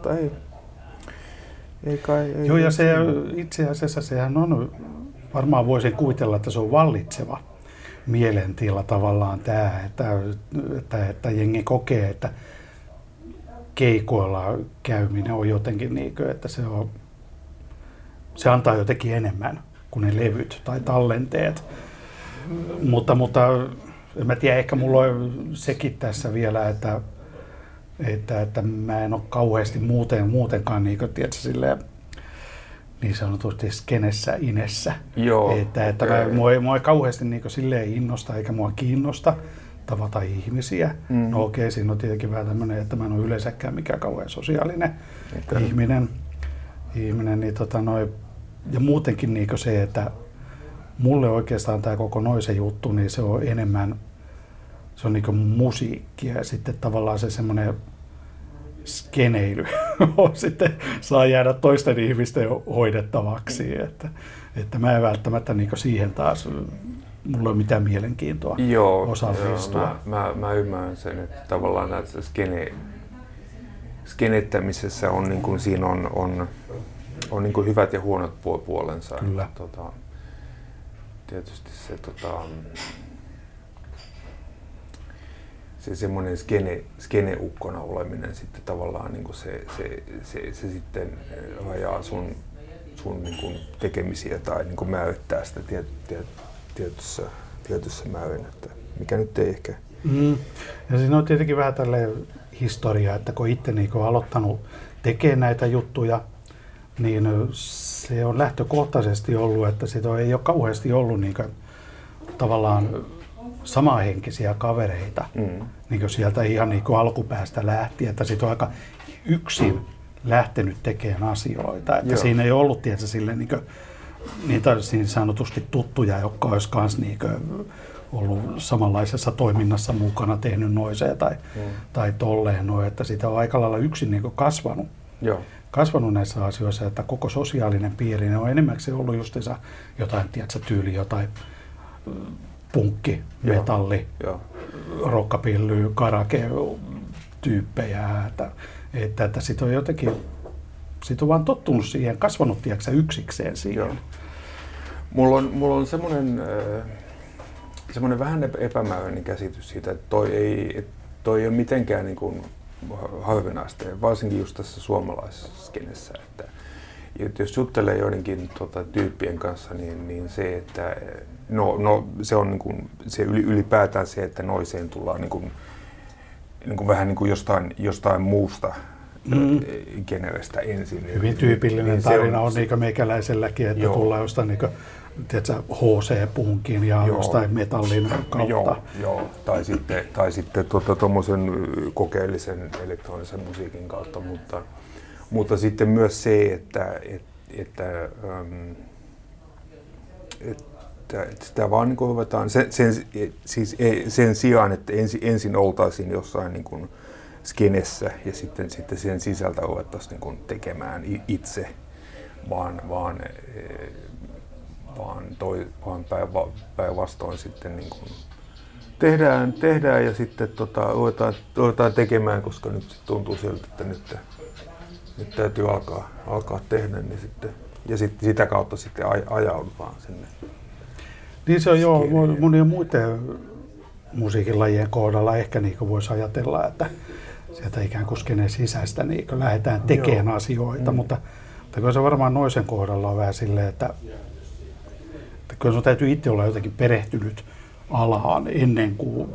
ei kai. Joo, ja se itse asiassa sehän on, varmaan voisin kuvitella, että se on vallitseva mielentila tavallaan tämä, että jengi kokee, että keikoilla käyminen on jotenkin niin kuin, että se antaa jotenkin enemmän kuin ne levyt tai tallenteet. Mutta en mä tiedä, ehkä mulla on sekin tässä vielä, että mä en ole kauheasti muutenkaan niin kuin, tiedätkö, silleen, niin sanotusti skenessä inessä. Joo, että mua ei kauheasti niin kuin, silleen innosta eikä mua kiinnosta tavata ihmisiä. No okei, siinä on tietenkin vähän tämmöinen, että mä en ole yleensäkään mikään kauhean sosiaalinen ihminen niin, ja muutenkin niin kuin se, että mulle oikeastaan tämä koko Noisen juttu, niin se on enemmän, se on niin kuin musiikkia ja sitten tavallaan se semmoinen skeneily sitten saa jäädä toisten ihmisten hoidettavaksi, että mä en välttämättä niin kuin siihen taas, mulla ei ole mitään mielenkiintoa osallistua. Mä ymmärrän sen, että tavallaan näissä skenettämisessä on, niin kuin, siinä on niin kuin hyvät ja huonot puolensa. Kyllä. Tietysti se semmoinen skeneukkona oleminen sitten tavallaan niin kuin se sitten rajaa sun niin kuin tekemisiä tai niin kuin määrittää sitä tietyssä määrin, että mikä nyt ei ehkä. Ja siinä on tietenkin vähän tälleen historia, että kun itse niin kun aloittanut tekemään näitä juttuja, niin se on lähtökohtaisesti ollut, että sitä ei ole kauheasti ollut niin kuin, tavallaan samanhenkisiä kavereita niin kuin sieltä ihan niin kuin alkupäästä lähtien, että sit on aika yksin lähtenyt tekemään asioita, että siinä ei ollut tietysti sille niin kuin, niitä niin sanotusti tuttuja, jotka olisi myös niin kuin ollut samanlaisessa toiminnassa mukana, tehnyt noiseen tai tolleen noin, että sitä on aika lailla yksin niin kuin kasvanut. Joo. Kasvanut näissä asioissa, että koko sosiaalinen piiri ne on enimmäkseen ollut justiinsa jotain, tiedätkö, tyyli jotain punkki, metalli, rockapilly, karake-tyyppejä, että sit on jotenkin, sit on vaan tottunut siihen, kasvanut, tiedätkö, yksikseen siihen. Joo. Mulla on semmoinen vähän epämääräinen käsitys siitä, että toi ei ole mitenkään niin kuin harvinaista, varsinkin just tässä suomalaisessa skenessä, että jos juttelee joidenkin tyyppien kanssa, niin se, että se on niin kuin, se ylipäätään se, että noiseen tullaan niin kuin vähän niin kuin jostain muusta generestä ensin. Hyvin tyypillinen niin tarina on niin meikäläiselläkin, että tullaan jostain niin kuin, tiedätkö, HC-punkin ja jostain metallin kautta. Joo. Tai sitten tuommoisen kokeellisen elektronisen musiikin kautta, mutta sitten myös se, että sitä vaan niin kuin ruvetaan, sen sijaan, että ensin oltaisiin jossain niin kuin skenessä ja sitten sen sisältä ruvettaisiin niin kuin tekemään itse, vaan päinvastoin sitten niin kuin tehdään ja sitten ruvetaan tekemään, koska nyt tuntuu siltä, että nyt täytyy alkaa tehdä, niin sitten, ja sitten sitä kautta sitten ajaudutaan sinne. Niin se on joo, monien muiden musiikinlajien kohdalla ehkä niin voisi ajatella, että sieltä ikään kuin skeneen sisäistä niin lähdetään tekemään asioita, mutta kyllä se varmaan noisen kohdalla on vähän silleen, että kyllä sun täytyy itse olla jotenkin perehtynyt alaan ennen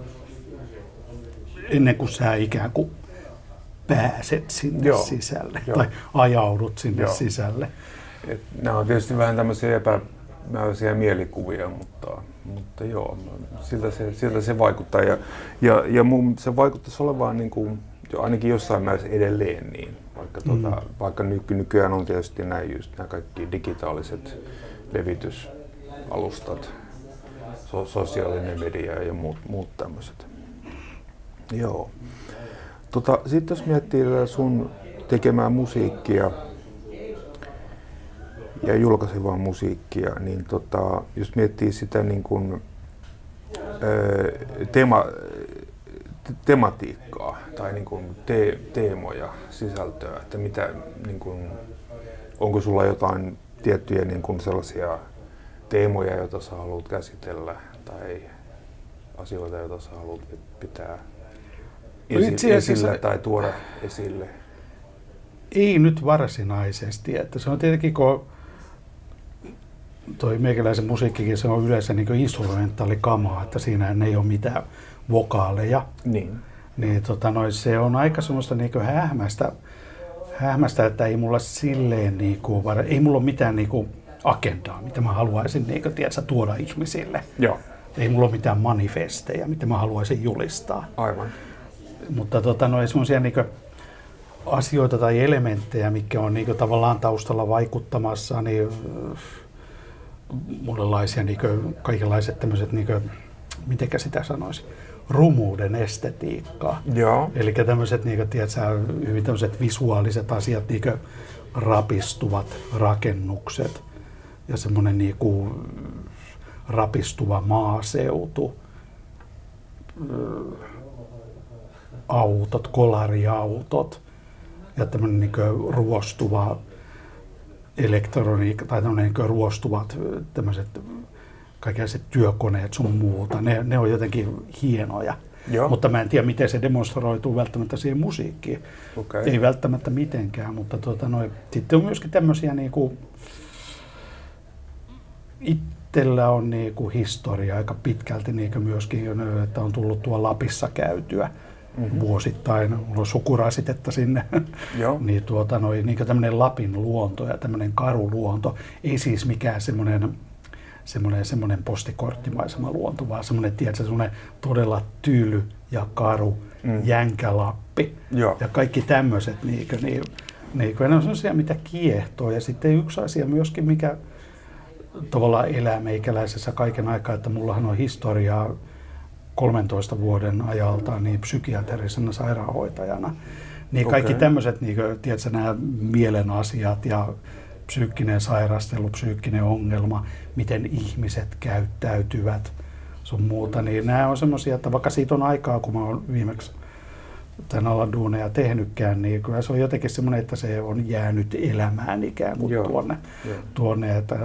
kuin sä ikään kuin pääset sinne sisälle tai ajaudut sinne sisälle. Nämä on tietysti vähän tämmöisiä epämääräisiä mielikuvia, mutta joo, siltä se vaikuttaa. Ja se vaikuttaisi olevan niin kuin, ainakin jossain määrässä edelleen niin, vaikka nykyään on tietysti nämä kaikki digitaaliset levitysalustat, sosiaalinen media ja muut tämmöiset. Joo. Sitten jos miettii sun tekemää musiikkia ja julkaisevaa musiikkia, niin jos miettii sitä niin kuin, tematiikkaa tai niin kuin teemoja, sisältöä, että mitä, niin kuin, onko sulla jotain tiettyjä niin kuin sellaisia teemoja, joita sä haluat käsitellä tai asioita, joita sä haluat pitää esillä tai tuoda esille? Ei nyt varsinaisesti, että se on tietenkin, kun toi meikäläisen musiikkikin, se on yleensä niin kuin instrumentaalikamaa, että siinä ei ole mitään vokaaleja. Niin se on aika semmoista niin kuin hähmästä, että ei mulla silleen ei mulla ole mitään agendaa, mitä mä haluaisin tiedätkö, tuoda ihmisille. Joo. Ei mulla ole mitään manifesteja, mitä mä haluaisin julistaa. Aivan. Mutta semmoisia asioita tai elementtejä, mitkä on tavallaan taustalla vaikuttamassa, niin monenlaisia kaikenlaiset tämmöiset, mitenkä sitä sanoisi, rumuuden estetiikkaa. Joo. Eli tämmöiset, tiedätkö, hyvin tämmöiset visuaaliset asiat, rapistuvat rakennukset ja semmoinen rapistuva maaseutu, autot, kolariautot ja tämmöinen ruostuva elektroniikka tai tämmöinen ruostuvat tämmöiset kaikenlaiset työkoneet sun muuta. Ne on jotenkin hienoja. Joo. Mutta mä en tiedä, miten se demonstroituu välttämättä siihen musiikkiin. Okay. Ei välttämättä mitenkään, mutta sitten on myöskin tämmöisiä itsellä on historia aika pitkälti myöskin, että on tullut tuolla Lapissa käytyä vuosittain. Mulla on sukurasitetta sinne. Niin, niin tämmöinen Lapin luonto ja tämmöinen karu luonto. Ei siis mikään semmoinen postikorttimaisema luonto, vaan semmoinen todella tyly ja karu Jänkälappi. Ja kaikki tämmöiset, ne on sellaisia, mitä kiehtoo. Ja sitten yksi asia myöskin, mikä tavallaan elää meikäläisessä kaiken aikaa, että mullahan on historiaa 13 vuoden ajalta niin psykiatrisena sairaanhoitajana. Niin kaikki tämmöiset, tiedätkö, nämä mielen asiat ja psyykkinen sairastelu, psyykkinen ongelma, miten ihmiset käyttäytyvät, sun muuta, niin nämä on semmoisia, että vaikka siitä on aikaa, kun mä oon viimeksi tämän alan duuneja tehnytkään, niin kyllä se on jotenkin semmoinen, että se on jäänyt elämään ikään kuin tuonne että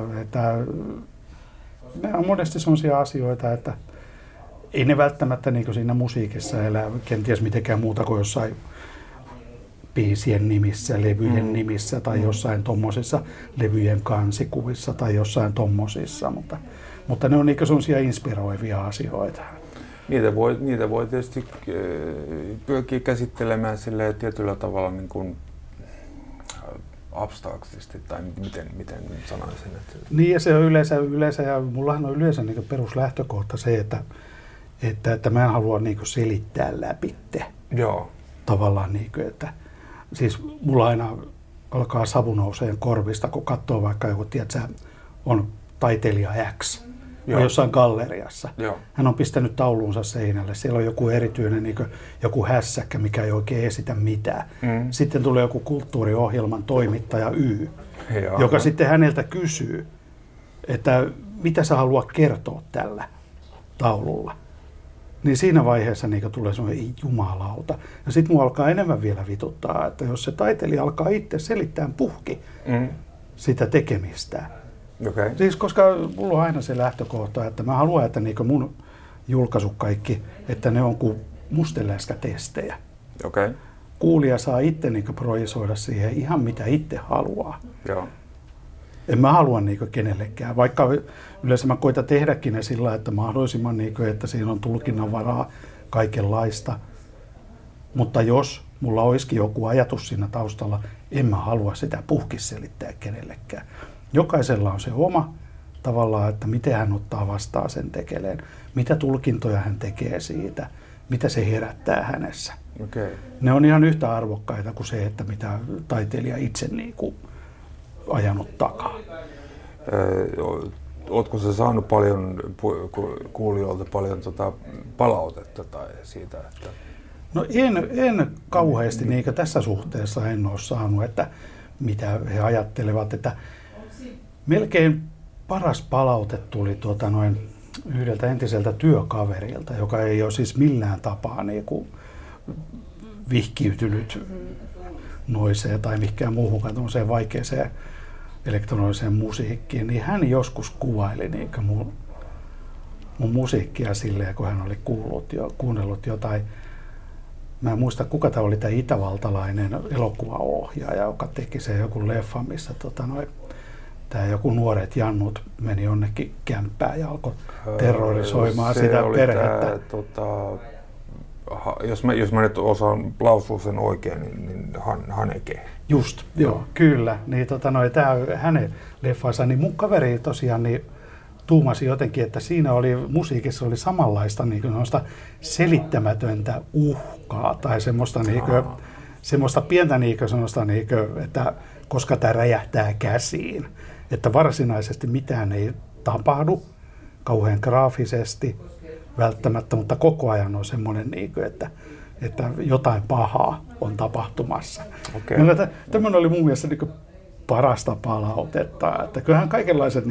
nämä on monesti semmoisia asioita, että ei ne välttämättä niin kuin siinä musiikissa elä kenties mitenkään muuta kuin jossain biisien nimissä, levyjen nimissä tai jossain tommosissa levyjen kansikuvissa tai jossain tommosissa, mutta ne on niin kuin semmoisia inspiroivia asioita. Niitä voi tietysti pyrkiä käsittelemään silleen tietyllä tavalla niin kuin abstraktisti, tai miten sanoisin. Että... Niin, ja se on yleensä ja mullahan on yleensä niin kuin peruslähtökohta se, että mä en halua niin kuin selittää läpitte. Joo. Tavallaan niin kuin, että siis mulla aina alkaa savu nouseen korvista, kun katsoo vaikka joku, tiedätkö, on taiteilija X. On jossain galleriassa. Joo. Hän on pistänyt taulunsa seinälle. Siellä on joku erityinen niin kuin, joku hässäkkä, mikä ei oikein esitä mitään. Sitten tulee joku kulttuuriohjelman toimittaja Y, joka sitten häneltä kysyy, että mitä sä haluat kertoa tällä taululla. Niin siinä vaiheessa niin tulee semmoinen, ei jumalauta. Ja sitten mua alkaa enemmän vielä vituttaa, että jos se taiteilija alkaa itse selittää puhki sitä tekemistä. Okay. Siis koska mulla on aina se lähtökohta, että mä haluan, että niinku mun julkaisut kaikki, että ne on kuin mustenläskätestejä. Okay. Kuulija saa itse niinku projisoida siihen ihan mitä itse haluaa. Joo. En mä halua niinku kenellekään, vaikka yleensä mä koitan tehdäkin ne sillä, että mahdollisimman niinku, että siinä on tulkinnanvaraa kaikenlaista. Mutta jos mulla olisikin joku ajatus siinä taustalla, en mä halua sitä puhkis selittää kenellekään. Jokaisella on se oma tavallaan, että miten hän ottaa vastaan sen tekeleen, mitä tulkintoja hän tekee siitä, mitä se herättää hänessä. Okay. Ne on ihan yhtä arvokkaita kuin se, että mitä taiteilija itse niin kuin ajanut takaa. Ootko sä saanut paljon kuulijoilta paljon palautetta tai siitä, että... No en kauheasti, niin tässä suhteessa en ole saanut, että mitä he ajattelevat, että melkein paras palaute tuli yhdeltä entiseltä työkaverilta, joka ei ole siis millään tapaa niinku vihkiytynyt noiseen tai mihinkään muuhunkaan tuollaiseen vaikeaseen elektroniseen musiikkiin, niin hän joskus kuvaili niinku mun musiikkia silleen, kun hän oli kuunnellut jotain. Mä en muista, kuka tämä oli, tämä itävaltalainen elokuvaohjaaja, joka teki sen joku leffan, missä tämä joku nuoret jannut meni jonnekin kämppään ja alkoi terrorisoimaan sitä perhettä. Jos mä nyt osaan lausua sen oikein, niin Haneke. Just, joo, kyllä. Niin, tämä hänen leffansa, niin mun kaveri tosiaan niin tuumasi jotenkin, että siinä musiikissa oli samanlaista niin selittämätöntä uhkaa tai semmoista pientä että koska tämä räjähtää käsiin, että varsinaisesti mitään ei tapahdu kauhean graafisesti välttämättä, mutta koko ajan on semmoinen, että jotain pahaa on tapahtumassa. Okay. Tämmöinen oli mun mielestä parasta palautetta, että kyllähän kaikenlaiset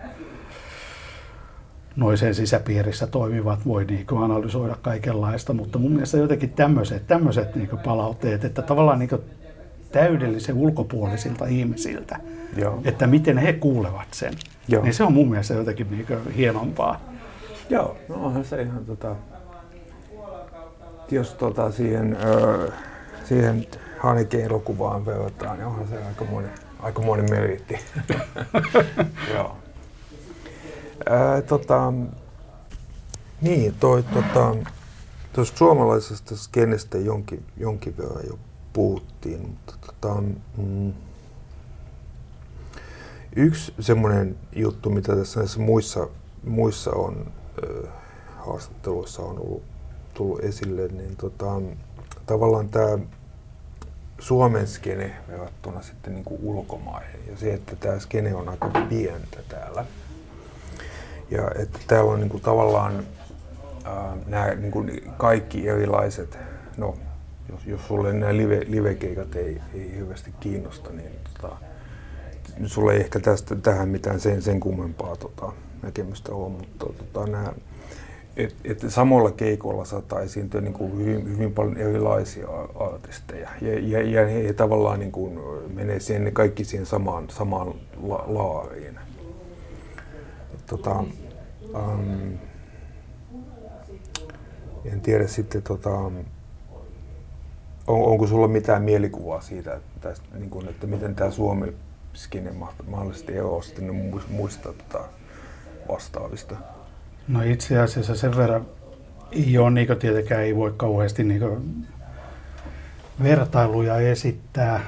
noisen sisäpiirissä toimivat voi analysoida kaikenlaista, mutta mun mielestä jotenkin tämmöiset palautteet, että tavallaan täydellisen ulkopuolisilta ihmisiltä, joo, että miten he kuulevat sen, joo, niin se on mun mielestä jotenkin hienompaa. Joo, no onhan se ihan jos siihen Haneke-elokuvaan verrataan, niin onhan se aikamoinen meriitti. Joo. Niin, Tuossa suomalaisesta skenestä jonkin verran jo puhuttiin, mutta yksi semmoinen juttu, mitä tässä näissä muissa on haastatteluissa on tullut esille, niin tavallaan tämä Suomen skene verrattuna sitten niin kuin ulkomaihin ja se, että tämä skene on aika pientä täällä. Ja että täällä on niin kuin tavallaan nämä niin kuin kaikki erilaiset, no jos sulle nämä livekeikat ei hirveästi kiinnosta, niin sulla ei ehkä tähän mitään sen kummempaa näkemystä ole, mutta nämä, että samoilla keikoilla saattaa esiintyä niin kuin hyvin paljon erilaisia artisteja ja he tavallaan niin kuin menee kaikki siihen samaan laariin. En tiedä sitten, onko sulla mitään mielikuvaa siitä, että miten tämä Suomen skene mahdollisesti eroaa sitten muista vastaavista? No itse asiassa sen verran ei ole, niin tietenkään ei voi kauheasti niin vertailuja esittää,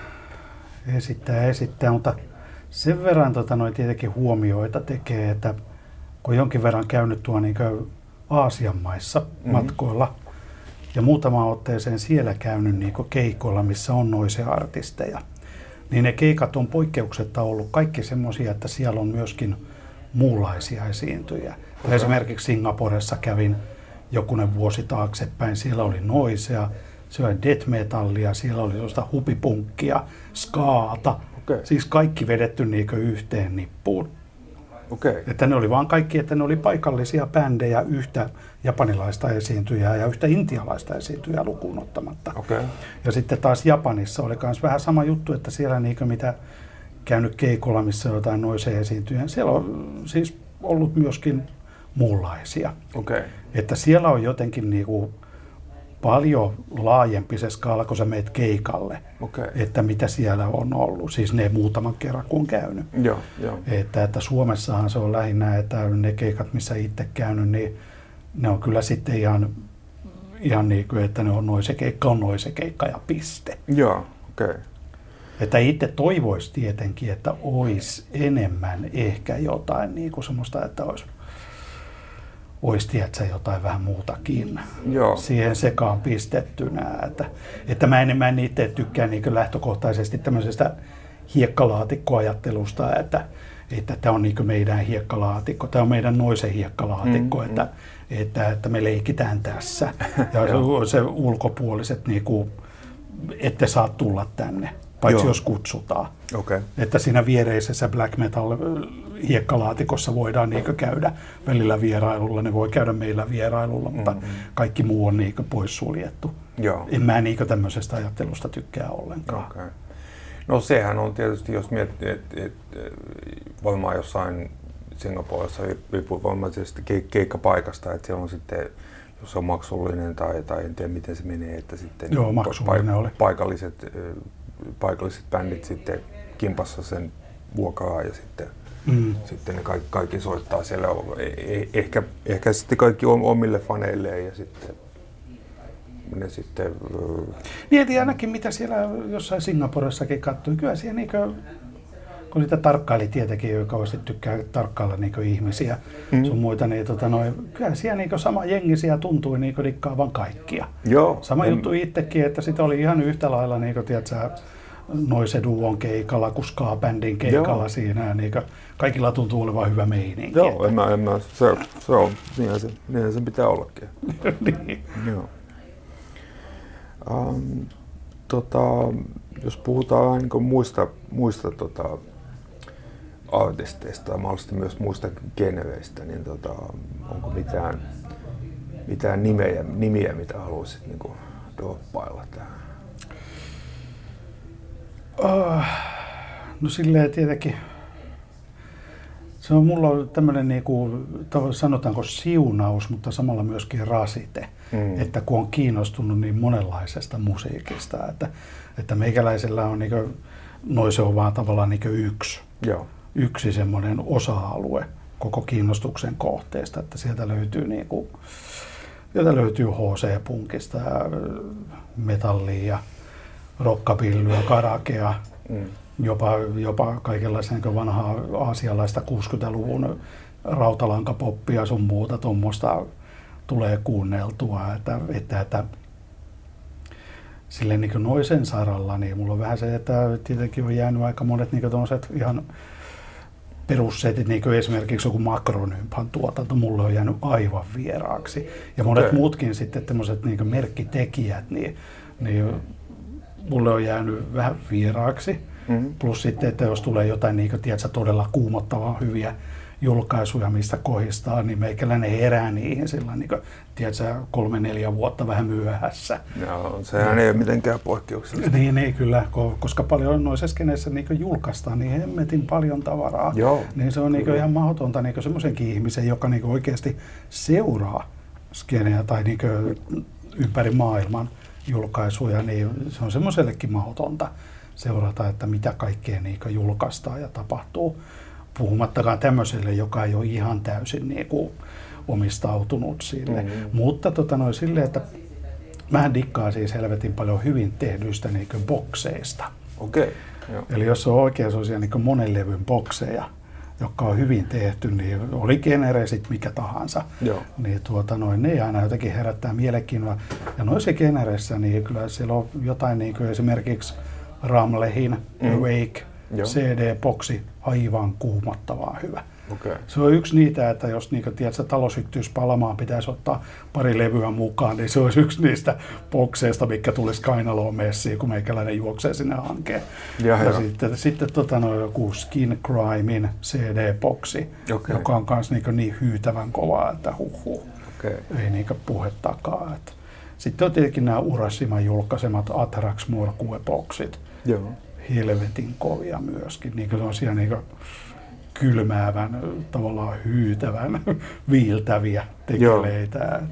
mutta sen verran tietenkin huomioita tekee, että kun jonkin verran käynyt tuo niin Aasian maissa matkoilla ja muutamaan otteeseen siellä käynyt niin keikoilla, missä on noise-artisteja, niin ne keikat on poikkeuksetta ollut kaikki semmoisia, että siellä on myöskin muunlaisia esiintyjä. Okay. Esimerkiksi Singaporessa kävin jokunen vuosi taaksepäin, siellä oli noisea, siellä oli death metallia, siellä oli sellaista hupipunkkia, skaata, siis kaikki vedetty niin yhteen nippuun. Okay. Että ne oli vaan kaikki, että ne oli paikallisia bändejä, yhtä japanilaista esiintyjää ja yhtä intialaista esiintyjää lukuun ottamatta. Okay. Ja sitten taas Japanissa oli myös vähän sama juttu, että siellä mitä käynyt keikolla, missä jotain noisea esiintyjää, siellä on siis ollut myöskin muunlaisia. Okay. Että siellä on jotenkin paljon laajempi se skaala, kun sä meet keikalle, että mitä siellä on ollut. Siis ne muutaman kerran, kun on käynyt. Joo. Että Suomessahan se on lähinnä, että ne keikat, missä itse käynyt, niin ne on kyllä sitten ihan niin kuin, että ne on noise-keikka ja piste. Joo, okei. Että itse toivoisi tietenkin, että olisi enemmän ehkä jotain niin kuin semmoista, että olisi tiedätkö, jotain vähän muutakin siihen sekaan pistettynä. Että mä en itse tykkää niin lähtökohtaisesti tämmöisestä hiekkalaatikkoajattelusta, että tämä on niin meidän hiekkalaatikko, tämä on meidän noisen hiekkalaatikko, että me leikitään tässä. Ja se ulkopuoliset, ette saa tulla tänne, paitsi jos kutsutaan. Okay. Että siinä viereisessä black metal hiekkalaatikossa voidaan käydä välillä vierailulla, ne voi käydä meillä vierailulla, mutta kaikki muu on poissuljettu. Joo. En mä tämmöisestä ajattelusta tykkää ollenkaan. Okay. No sehän on tietysti, jos miettii, että varmaan jossain Singaporessa riippuu varmaisesti keikkapaikasta, että siellä on sitten, jos se on maksullinen tai en tiedä miten se menee, että sitten paikalliset bändit sitten kimpassa sen vuokraa ja sitten ne kaikki soittaa siellä, ehkä sitten kaikki omille faneilleen ja sitten ne sitten... Mietin ainakin mitä siellä jossain Singaporessakin katsoi, kyllä siellä kun niitä tarkkaili tietenkin, joka kauheasti tykkää tarkkailla ihmisiä sun muita, niin kyllä siellä sama jengi siellä tuntui dikkaavan kaikkia. Joo. Sama juttu itsekin, että sitä oli ihan yhtä lailla tiedätkö, Noise Duon keikalla, kuin Ska-bändin keikalla siinä. Kaikilla tuntuu olevan hyvä meininki. Joo, se on. Niinhän sen pitää ollakin. Niin. Joo. Jos puhutaan muista artisteista ja mahdollisesti myös muista genreistä, niin onko mitään nimiä, mitä haluaisit droppailla tähän? No silleen tietenkin. Se on mulla tämmöinen sanotaanko siunaus, mutta samalla myöskin rasite, että kun on kiinnostunut niin monenlaisesta musiikista, että meikäläisellä on noise on vaan tavallaan yksi semmoinen osa-alue koko kiinnostuksen kohteesta, että sieltä löytyy joita löytyy HC-punkista, metallia ja rockabillyä, karakea, jopa kaikenlaista niin vanhaa aasialaista 60-luvun rautalankapoppia sun muuta tuommoista tulee kuunneltua, että silleen niin noisen saralla, niin mulla on vähän se, että tietenkin on jäänyt aika monet niin tuollaiset ihan perussetit, niin kuin esimerkiksi joku Macronympan tuotanto, mulle on jäänyt aivan vieraaksi. Ja monet muutkin sitten tämmöiset niin merkkitekijät, niin mulle on jäänyt vähän vieraaksi. Plus sitten, että jos tulee jotain niin kuin, tiedätkö, todella kuumottavan hyviä julkaisuja, mistä kohistaa, niin meikäläinen herää niihin sillä niin kuin, tiedätkö, 3-4 vuotta vähän myöhässä. Joo, sehän ei ole mitenkään poikkeuksellista. Niin, kyllä, koska paljon noissa skeneissä niin julkaistaan niin hemmetin paljon tavaraa. Joo, niin se on niin ihan mahdotonta niin semmoisenkin ihmisen, joka niin oikeasti seuraa skenejä tai niin ympäri maailman julkaisuja, niin se on semmoisellekin mahdotonta seurata, että mitä kaikkea niin julkaistaan ja tapahtuu. Puhumattakaan tämmöiselle, joka ei ole ihan täysin niin kuin omistautunut sille. Mutta silleen, että mähän dikkaan siis helvetin paljon hyvin tehdyistä niin kuin bokseista. Okei. Joo. Eli jos on oikein sellaisia niin monen levyn bokseja, jotka on hyvin tehty, niin oli genere sit mikä tahansa, niin ne aina jotenkin herättää mielenkiinnoa. Ja noissa genereissä, niin kyllä siellä on jotain niin kuin esimerkiksi Ramlehin Awake CD-boksi aivan kuumottavaa hyvä. Okay. Se on yksi niitä, että jos tiedätkö, talo syttyisi palamaan, pitäisi ottaa pari levyä mukaan, niin se olisi yksi niistä bokseista, mikä tulisi kainaloon messiin, kun meikäläinen juoksee sinne hankeen. Ja sitten joku Skin Crimein CD-boksi, joka on myös niin hyytävän kovaa, että ei puhettakaan. Sitten on tietenkin nämä Urashiman julkaisemat Atrax Morkue-boksit. Helvetin kovia myöskin, niin sellaisia niin kylmäävän, tavallaan hyytävän, viiltäviä tekeleitä.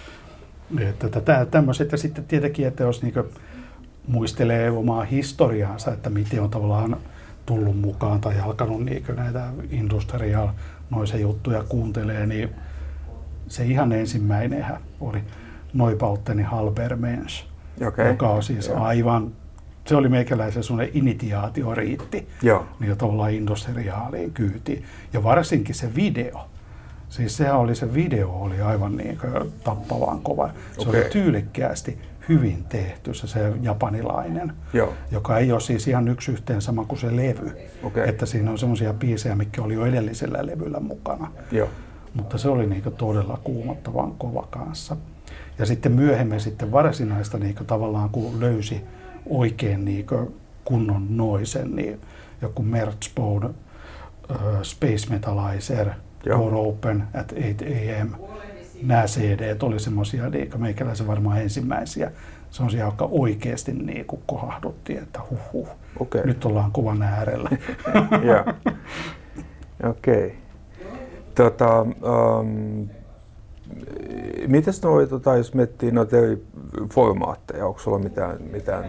Tämmöiset, ja sitten tietenkin, että jos niin muistelee omaa historiaansa, että miten on tavallaan tullut mukaan tai alkanut niin näitä industrial noisia juttuja kuuntelee, niin se ihan ensimmäinenhän oli Neubauteni Halber Mensch, joka on siis aivan, se oli meikäläisen sellainen initiaatioriitti niin tavallaan industriaaliin kyytiin. Ja varsinkin se video, siis se video oli aivan niin tappavan kova. Se oli tyylikkäästi hyvin tehty, se japanilainen, joka ei ole siis ihan yksi yhteen sama kuin se levy. Että siinä on semmoisia biisejä, mitkä oli jo edellisellä levyllä mukana. Mutta se oli niin todella kuumottavan kova kanssa. Ja sitten myöhemmin sitten varsinaista niin tavallaan kun löysi oikein niin kunnon noisen, niin joku Merzbow, Space Metalizer, Door Open at 8 AM. Nämä CD:t oli semmoisia, niin meikäläisen varmaan ensimmäisiä, semmoisia, jotka oikeasti niin kohahduttiin, että nyt ollaan kovan äärellä. Okei. Mites jos miettii noita eri formaatteja, onko sulla mitään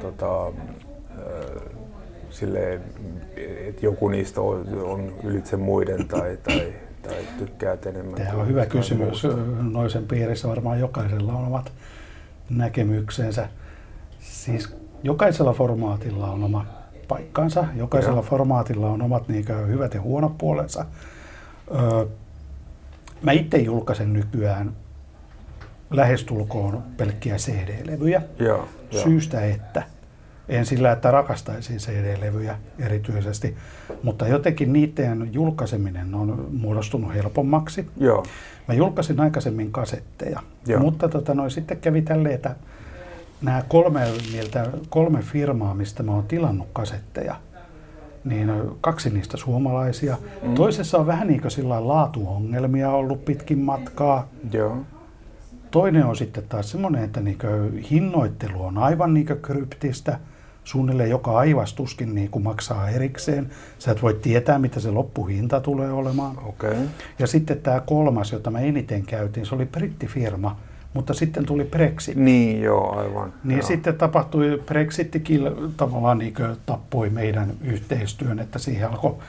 silleen, että joku niistä on ylitse muiden tai tykkäät enemmän? Tämä on hyvä kysymys. Noisen piirissä varmaan jokaisella on omat näkemyksensä. Siis jokaisella formaatilla on oma paikkansa, jokaisella formaatilla on omat hyvät ja huonot puolensa. Mä itse julkaisen nykyään lähestulkoon pelkkiä CD-levyjä syystä, että en sillä, että rakastaisin CD-levyjä erityisesti, mutta jotenkin niiden julkaiseminen on muodostunut helpommaksi. Mä julkaisin aikaisemmin kasetteja, mutta sitten kävi tälleen, että nämä kolme firmaa, mistä mä oon tilannut kasetteja, niin 2 niistä suomalaisia. Toisessa on vähän niin kuin sillä laatuongelmia ollut pitkin matkaa. Toinen on sitten taas semmoinen, että hinnoittelu on aivan kryptistä. Suunnilleen joka aivastuskin maksaa erikseen. Sä et voi tietää, mitä se loppuhinta tulee olemaan. Ja sitten tämä 3, jota mä eniten käytin, se oli brittifirma. Mutta sitten tuli Brexit. Niin, aivan. Niin sitten tapahtui Brexitkin tavallaan tappoi meidän yhteistyön, että siihen alkoi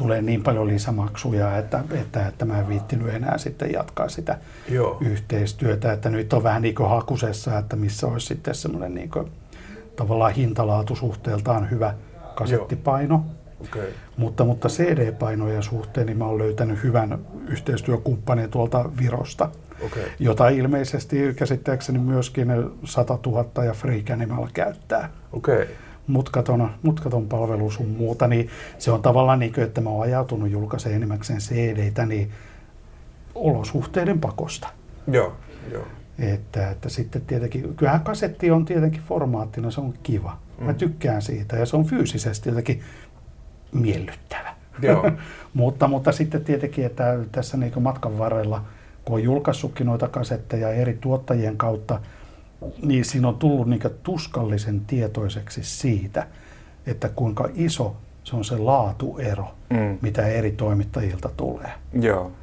tulee niin paljon lisämaksuja, että mä en viittinyt enää sitten jatkaa sitä yhteistyötä. Että nyt on vähän niin kuin hakusessa, että missä olisi sitten semmoinen niin kuin tavallaan hintalaatusuhteeltaan hyvä kasettipaino. Okay. Mutta CD-painojen suhteen niin mä oon löytänyt hyvän yhteistyökumppanin tuolta Virosta, jota ilmeisesti käsittääkseni myöskin 100 000 ja Freak Animal käyttää. Okay. Mutkaton palvelu sun muuta, niin se on tavallaan niin kuin, että mä oon ajautunut julkaisemaan enimmäkseen CD-tä niin olosuhteiden pakosta. Joo. Että sitten tietenkin, kyllähän kasetti on tietenkin formaattina, se on kiva. Mä tykkään siitä ja se on fyysisesti jotenkin miellyttävä. Joo. mutta sitten tietenkin, että tässä niin kuin matkan varrella, kun on julkaissutkin noita kasetteja eri tuottajien kautta, niin siinä on tullut niin kuin tuskallisen tietoiseksi siitä, että kuinka iso se on se laatuero, mitä eri toimittajilta tulee. Joo.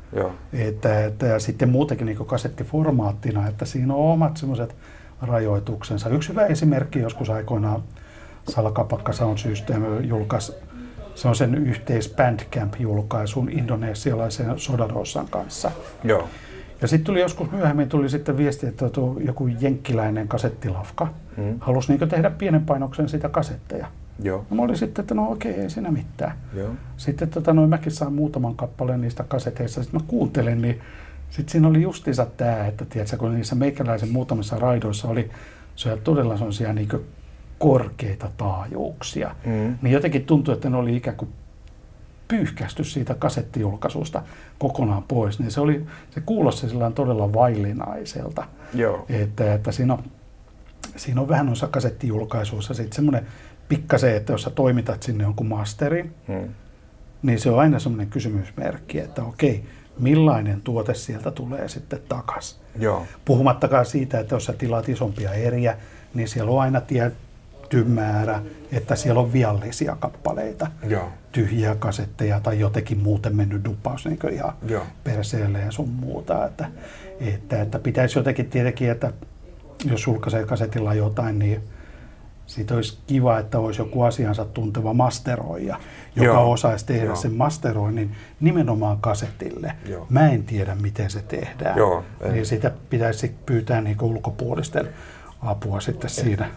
Ja sitten muutenkin niin kuin kasettiformaattina, että siinä on omat semmoiset rajoituksensa. Yksi hyvä esimerkki joskus aikoinaan Salakapakka Sound System julkaisi sen yhteis-Bandcamp-julkaisun indonesialaisen Sodarosan kanssa. Joo. Ja sitten tuli joskus myöhemmin sitten viesti, että joku jenkkiläinen kasettilafka halusi niin tehdä pienen painoksen sitä kasetteja. Joo. No mä olin sitten, että no okei, ei siinä mitään. Joo. Sitten mäkin saan muutaman kappaleen niistä kaseteista. Sitten mä kuuntelin, niin sitten siinä oli justiinsa tämä, että tiedätkö, kun niissä meikäläisen muutamissa raidoissa oli todella sellaisia niin korkeita taajuuksia. Niin jotenkin tuntui, että ne oli ikään kuin pyyhkästy siitä kasettijulkaisusta kokonaan pois. Niin se kuulosti sillä todella vaillinaiselta. Joo. Että siinä on vähän noissa kasettijulkaisuissa sitten semmoinen pikkasen, että jos sä toimitat sinne jonkun masterin, niin se on aina semmoinen kysymysmerkki, että okei, millainen tuote sieltä tulee sitten takaisin. Puhumattakaan siitä, että jos sä tilaat isompia eriä, niin siellä on aina tietty määrä, että siellä on viallisia kappaleita, tyhjiä kasetteja tai jotenkin muuten mennyt dupaus niin ihan perseelle ja sun muuta. Että pitäisi jotenkin tietenkin, että jos julkaisee kasetilla jotain, niin siitä olisi kiva, että olisi joku asiansa tunteva masteroija, joka osaisi tehdä sen masteroinnin nimenomaan kasetille. Mä en tiedä, miten se tehdään. Niin sitä pitäisi pyytää niin ulkopuolisten apua sitten siinä.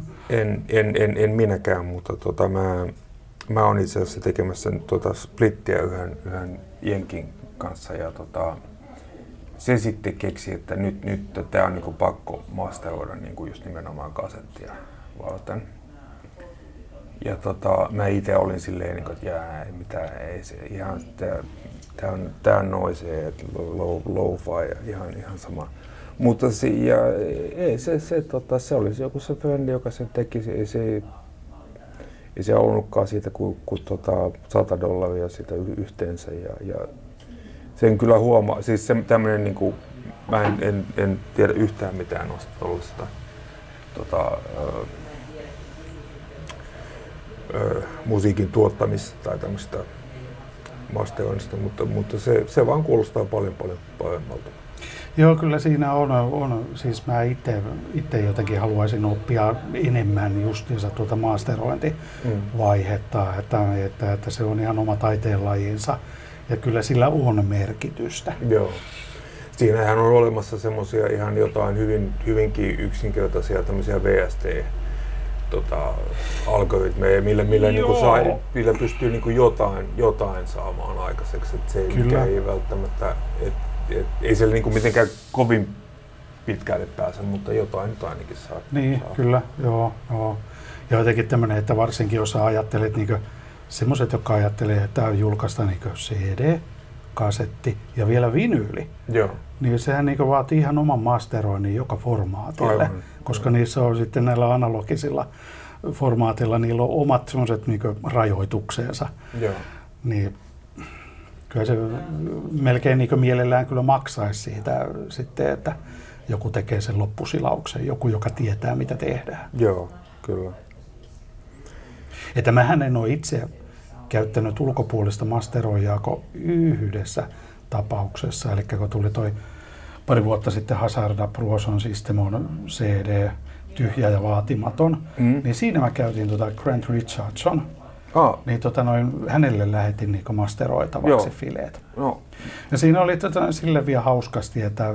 En minäkään, mutta mä oon itse asiassa tekemässä splittiä yhden jenkin kanssa ja se sitten keksi, että nyt tää on niinku pakko masteroida niinku just nimenomaan kasettia varten. Ja mä itse olin silleen, että ei mitään, ei se ihan, tää on noise, että low-fi ja ihan sama. Mutta se oli joku se frendi, joka sen teki, ei se ollutkaan siitä kuin $100 siitä yhteensä ja sen kyllä huomaa, siis se tämmönen niinku, mä en tiedä yhtään mitään noista tuollaisesta musiikin tuottamista tai tämmöistä masteroinnista, mutta se vaan kuulostaa paljon paremmalta. Joo, kyllä siinä on. Siis mä itse jotenkin haluaisin oppia enemmän justiinsa tuota masterointivaihetta, että se on ihan oma taiteenlajinsa ja kyllä sillä on merkitystä. Joo. Siinähän on olemassa semmoisia ihan jotain hyvinkin yksinkertaisia tämmöisiä VST-algoritmeja, millä pystyy niinku jotain saamaan aikaiseksi. Et se mikä ei välttämättä, ei siellä niinku mitenkään kovin pitkälle pääse, mutta jotain nyt ainakin saa. Niin, saa. Kyllä, joo. Ja jotenkin tämmöinen, että varsinkin jos sä ajattelet niinku semmoiset, jotka ajattelee, että julkaista niinku CD, kasetti ja vielä vinyyli. Joo. Niin sehän niinku vaatii ihan oman masteroinnin joka formaatille, koska niissä on sitten näillä analogisilla formaatilla, niillä on omat semmoiset niinku rajoituksensa. Joo. Niin kyllä se melkein niinku mielellään kyllä maksaisi siitä sitten, että joku tekee sen loppusilauksen, joku joka tietää mitä tehdään. Joo, kyllä. Että mähän en ole itse käyttänyt ulkopuolista masteroijaa kuin yhdessä tapauksessa, eli kun tuli toi pari vuotta sitten Hazarda Pro Sound System on CD, tyhjä ja vaatimaton, niin siinä mä käytin Grant Richardson Niin hänelle lähetin niin masteroitavaksi fileet. No. Ja siinä oli sille vielä hauskasti, että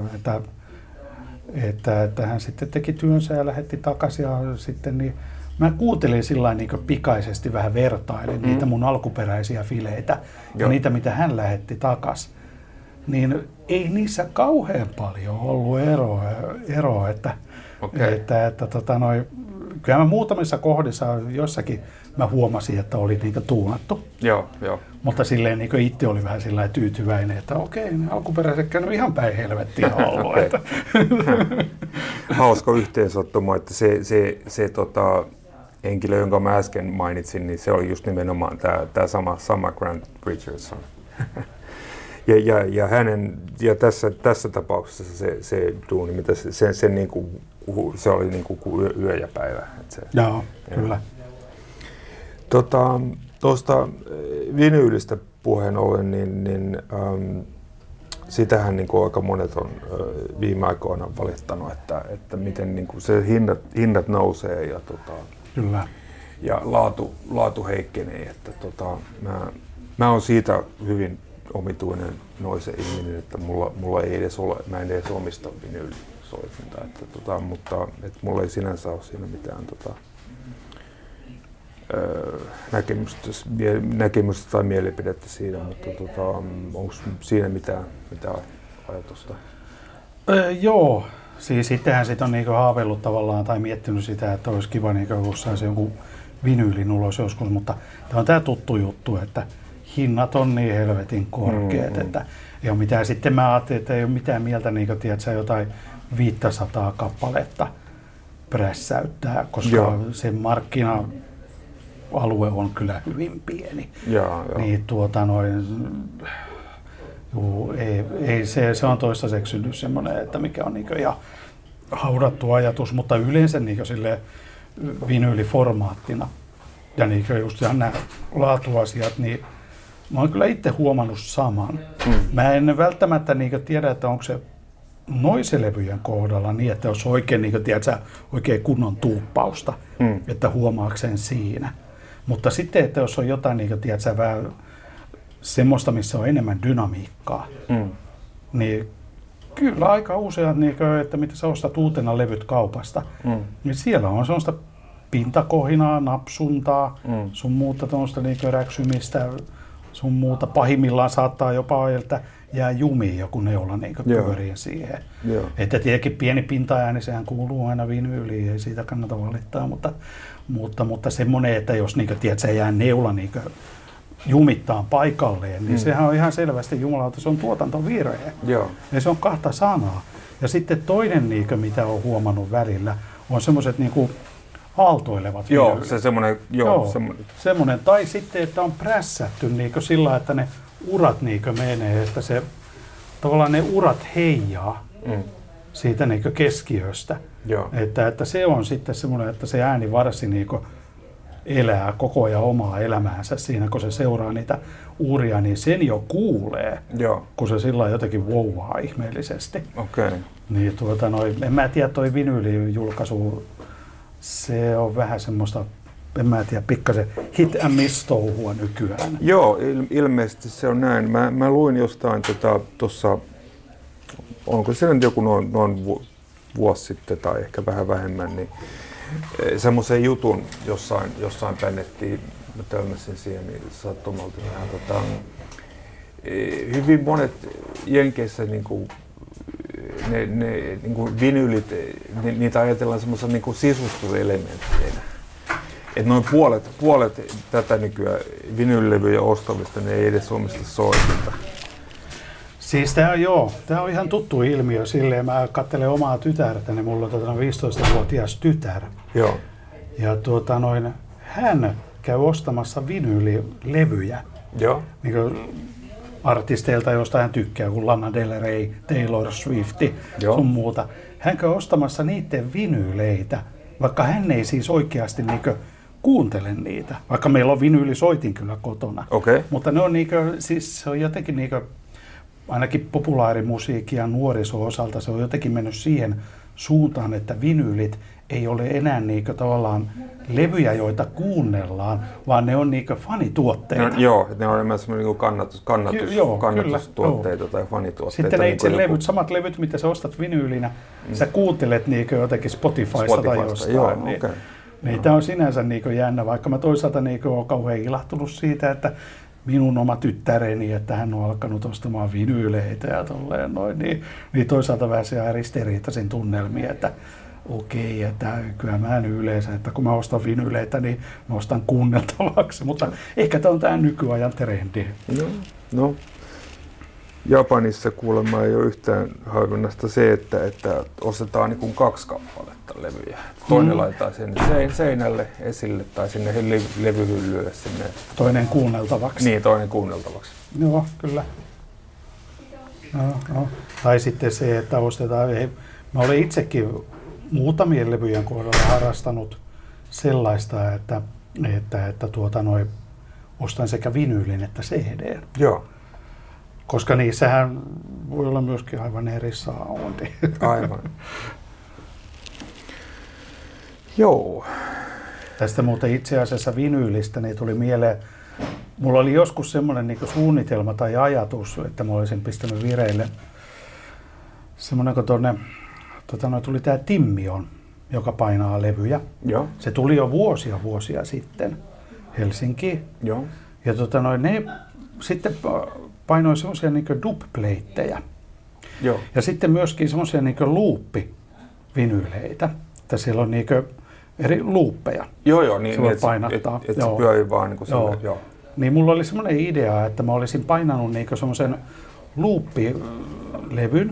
hän sitten teki työnsä ja lähetti takaisin ja sitten niin mä kuuntelin sillä niin pikaisesti vähän vertailin niitä mun alkuperäisiä fileitä ja niitä, mitä hän lähetti takaisin. Niin ei niissä kauhean paljon ollut eroa että kyllä mä muutamissa kohdissa jossakin mä huomasin, että oli niitä tuunattu. Joo. Mutta silleen niin itse oli vähän sillä tyytyväinen, että okei, ne alkuperäiset käynyt ihan päin helvettiä ollut. Hauska yhteensattuma, että se henkilö, jonka mä äsken mainitsin, niin se oli just nimenomaan tämä sama Grant Richardson. ja tässä tapauksessa se duuni, mitä se niinku se oli niinku kuin yö ja päivä. Joo, kyllä. Tuosta vinyylistä puheen ollen, niin sitähän niin kuin aika monet on viime aikoina valittanut, että miten niin kuin se hinnat nousee ja, kyllä. Ja laatu heikkenee. Että, mä oon siitä hyvin omituinen noise ihminen, että mulla ei edes ole, mä en edes omista vinyylisoitinta, mutta että mulla ei sinänsä ole siinä mitään näkemystä tai mielipidettä siinä, mutta onko siinä mitään ajatusta? Joo, siis sittenhän sit on niinku haaveillut tavallaan tai miettinyt sitä, että olisi kiva niinku, kun saisi jonkun vinyylin ulos joskus, mutta tämä on tämä tuttu juttu, että hinnat on niin helvetin korkeat, että ei ole mitään. Sitten mä ajattelin, että ei ole mitään mieltä niinku, tiedätkö, jotain 500 kappaletta prässäyttää, koska se markkina-alue on kyllä hyvin pieni. Joo. Niin ei se on toistaiseksi synnyt semmoinen, että mikä on niinku ihan haudattu ajatus, mutta yleensä niinku sille vinyyliformaattina ja niinku just nämä laatuasiat, niin mä oon kyllä itse huomannut saman. Mä en välttämättä niinku tiedä, että onko se noiselevyjen kohdalla niin, että jos oikein, niin tiedätkö, oikein kunnon tuuppausta, että huomaako sen siinä. Mutta sitten, että jos on jotain niin tiedätkö, vähän semmoista, missä on enemmän dynamiikkaa, niin kyllä aika useat, niin kuin, että mitä sä ostat uutena levyt kaupasta, niin siellä on semmoista pintakohinaa, napsuntaa, sun muuta tuollaista niin räksymistä, sun muuta. Pahimmillaan saattaa jopa että jää jumiin joku neula niin pyörii siihen. Joo. Että tietenkin pieni pintaääni, sehän kuuluu aina vinyyliin, ei siitä kannata valittaa, mutta semmoinen, että jos niin tiedät, se jää neula niin jumittaa paikalleen, niin sehän on ihan selvästi jumalauta, se on tuotantovirhe. Joo. Ja se on kahta sanaa. Ja sitten toinen, niin mitä olen huomannut välillä, on semmoiset niin aaltoilevat vinyylit. Se semmoinen, semmoinen. Tai sitten, että on prässätty niin sillä, että ne urat niin menee, että se tavallaan ne urat heijaa siitä niin keskiöstä. Että se on sitten semmoinen, että se ääni varsin niin elää koko ajan omaa elämäänsä siinä, kun se seuraa niitä uria, niin sen jo kuulee, kun se sillä jotenkin vouhaa ihmeellisesti. Okay. Niin en mä tiedä, toi vinyylijulkaisu, se on vähän semmoista, en mä tiedä, pikkasen hit and miss touhua nykyään. Joo, ilmeisesti se on näin. Mä luin jostain tuossa, onko se nyt joku noin vuosi sitten tai ehkä vähän vähemmän, niin semmoisen jutun jossain pännettiin, mä törmäsin siihen niin sattumalta vähän hyvin monet Jenkeissä niinku ne niinku vinyylit, niitä ajatellaan semmoisena niinku sisustuselementteinä. Että noin puolet tätä nykyään vinyylilevyjen ostamista, ne ei edes omista soitinta. Siis tää on ihan tuttu ilmiö silleen, mä katselen omaa tytärtäni, mulla on 15-vuotias tytär. Joo. Ja hän käy ostamassa vinyylilevyjä. Joo. Niin artisteilta, joista hän tykkää, kuin Lana Del Rey, Taylor Swift, sun muuta. Hän käy ostamassa niiden vinyyleitä, vaikka hän ei siis oikeasti kuuntele niitä. Vaikka meillä on vinyylisoitin kyllä kotona. Okay. Mutta ne on siis se on jotenkin ainakin populaarimusiikin ja nuoriso-osalta se on jotenkin mennyt siihen suuntaan, että vinyylit ei ole enää niinku tavallaan levyjä, joita kuunnellaan, vaan ne on niinku fanituotteita. No, joo, ne on enemmän semmoinen niinku kannatustuotteita tai fanituotteita. Sitten ne itse niin levyt, samat levyt, mitä sä ostat vinyylinä, sä kuuntelet niinku jotenkin Spotifysta tai jostain. Joo, niin, okay. niin tämä on sinänsä niinku jännä, vaikka mä toisaalta niinku olen kauhean ilahtunut siitä, että minun oma tyttäreni, että hän on alkanut ostamaan vinyyleitä ja tolleen noin, niin toisaalta vähän se ristiriitaisin tunnelmia, että okei, että kyllä mä yleensä, että kun mä ostan vinyyleitä, niin mä ostan kuunneltavaksi, mutta ehkä tämä on tämä nykyajan trendi. No. Japanissa kuulemma ei ole yhtään harvinaista se, että ostetaan niin kuin 2 kappaletta levyjä. Toinen laitetaan sinne seinälle esille tai sinne levyhyllylle sinne. Toinen kuunneltavaksi. Niin, toinen kuunneltavaksi. Joo, kyllä. No. Tai sitten se, että ostetaan, mä olen itsekin muutamien levyjen kohdalla harrastanut sellaista, että ostan sekä vinyylin että CD. Joo. Koska niissähän voi olla myöskin aivan eri soundi. Aivan. Joo. Tästä muuten itse asiassa vinyylistä niin tuli mieleen, mulla oli joskus semmoinen niin suunnitelma tai ajatus, että mä olisin pistänyt vireille semmoinen, kun tuli tää Timmion, joka painaa levyjä. Joo. Se tuli jo vuosia sitten Helsinkiin. Joo. Ja ne sitten painoi semmoisia niin dubplateja. Joo. Ja sitten myöskin semmoisia niin loop-vinyyleitä, että siellä on niin eri looppeja. Joo, niin että painattaa. Et se pyörii vaan niin kuin sille, joo. Niin mulla oli semmoinen idea, että mä olisin painanut niin semmoisen loop-levyn,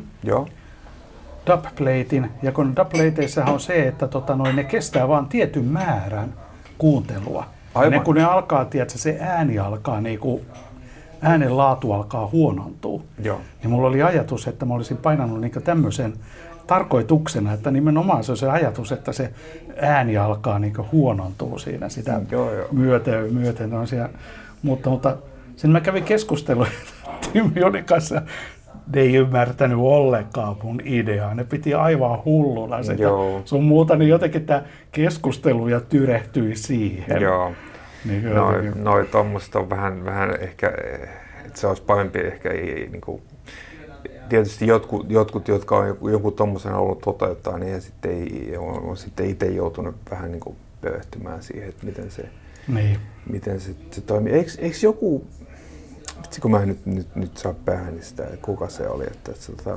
dubplatein, ja kun dubplateissahan on se, että ne kestää vaan tietyn määrän kuuntelua. Ja kun ne alkaa, tiedätkö, se ääni alkaa äänen laatu alkaa huonontua. Joo. Niin mulla oli ajatus, että mä olisin painanut tämmöisen tarkoituksena, että nimenomaan se on se ajatus, että se ääni alkaa huonontua siinä sitä myöten. Mutta sen mä kävin keskustelua Timionin kanssa. Ne ei ymmärtänyt ollenkaan mun ideaa. Ne piti aivan hulluna sitä. Sun muuta, niin jotenkin tämä keskustelu ja tyrehtyi siihen. Joo. Niin noi tommoset on vähän ehkä, että se olisi parempi ehkä niinku, tietysti jotkut, jotka on joku tommosen ollut toteuttaa, niin on sitten itse joutunut vähän niinku perehtymään siihen, että miten se toimii. Eikö joku, vitsi kun mä en nyt saa päähän sitä, kuka se oli, että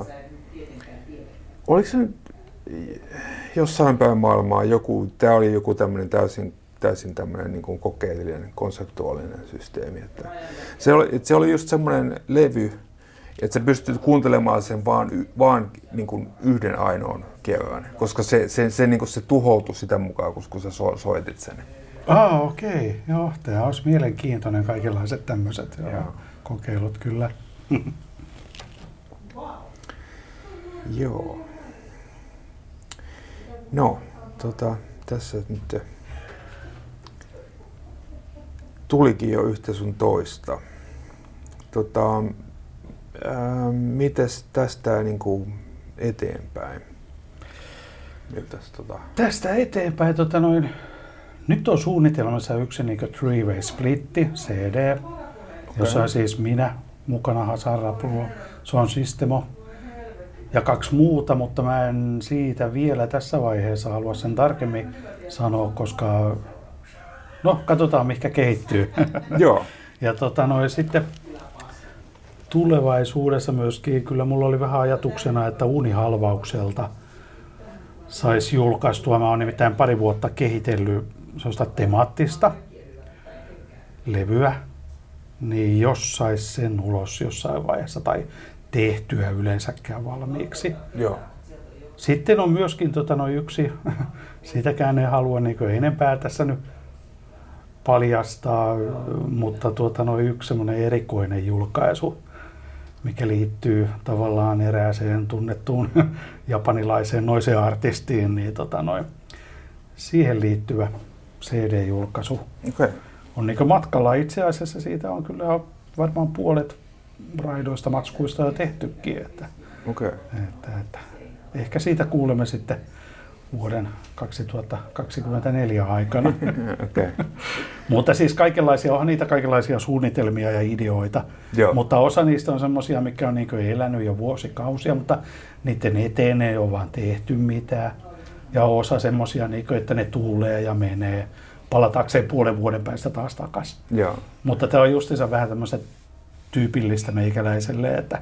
oliko se nyt jossain päin maailmaa tämä oli joku tämmöinen täysin tämmöinen niin kuin kokeellinen, konseptuaalinen systeemi. Että se oli just semmoinen levy, että sä pystyt kuuntelemaan sen vaan niin kuin yhden ainoan kerran, koska se, niin kuin se tuhoutui sitä mukaan, kun sä soitit sen. Okei. Joo, tämä olisi mielenkiintoinen kaikenlaiset tämmöiset kokeilut kyllä. Joo. No, tässä nyt tulikin jo yhtä sun toista. Mites tästä niinku eteenpäin? Tästä eteenpäin nyt on suunnitelmassa yksi niinku three-way splitti, CD, jossa on siis minä mukana, Hassan Rappulo, Sound Systemo ja 2 muuta, mutta mä en siitä vielä tässä vaiheessa halua sen tarkemmin sanoa, koska katsotaan mihinkä kehittyy. Joo. Ja sitten tulevaisuudessa myöskin, kyllä mulla oli vähän ajatuksena, että Unihalvaukselta saisi julkaistua. Mä oon nimittäin 2 vuotta kehitellyt sellaista temaattista levyä, niin jos sais sen ulos jossain vaiheessa tai tehtyä yleensäkään valmiiksi. Joo. Sitten on myöskin yksi, sitäkään ei halua enempää tässä nyt paljastaa, mutta yksi semmoinen erikoinen julkaisu, mikä liittyy tavallaan erääseen tunnettuun japanilaiseen noise-artistiin, niin siihen liittyvä CD-julkaisu. Okay. On matkalla. Itse asiassa siitä on kyllä varmaan puolet raidoista matskuista jo tehtykin. Okay. ehkä siitä kuulemme sitten vuoden 2024 aikana. Okay. Mutta siis onhan niitä kaikenlaisia suunnitelmia ja ideoita, Joo. mutta osa niistä on semmoisia, mikä on niin elänyt jo vuosikausia, mutta niiden eteen ei ole vaan tehty mitään. Ja osa semmoisia, niin että ne tuulee ja menee palatakseen puolen vuoden päästä taas takaisin. Joo. Mutta tämä on justiinsa vähän tämmöistä tyypillistä meikäläiselle, että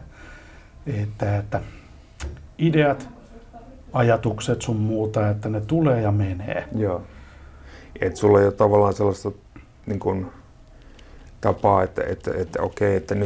ideat, ajatukset sun muuta, että ne tulee ja menee. Joo. Et sulla ei ole tavallaan sellaista niin kuin, tapaa, että okei, että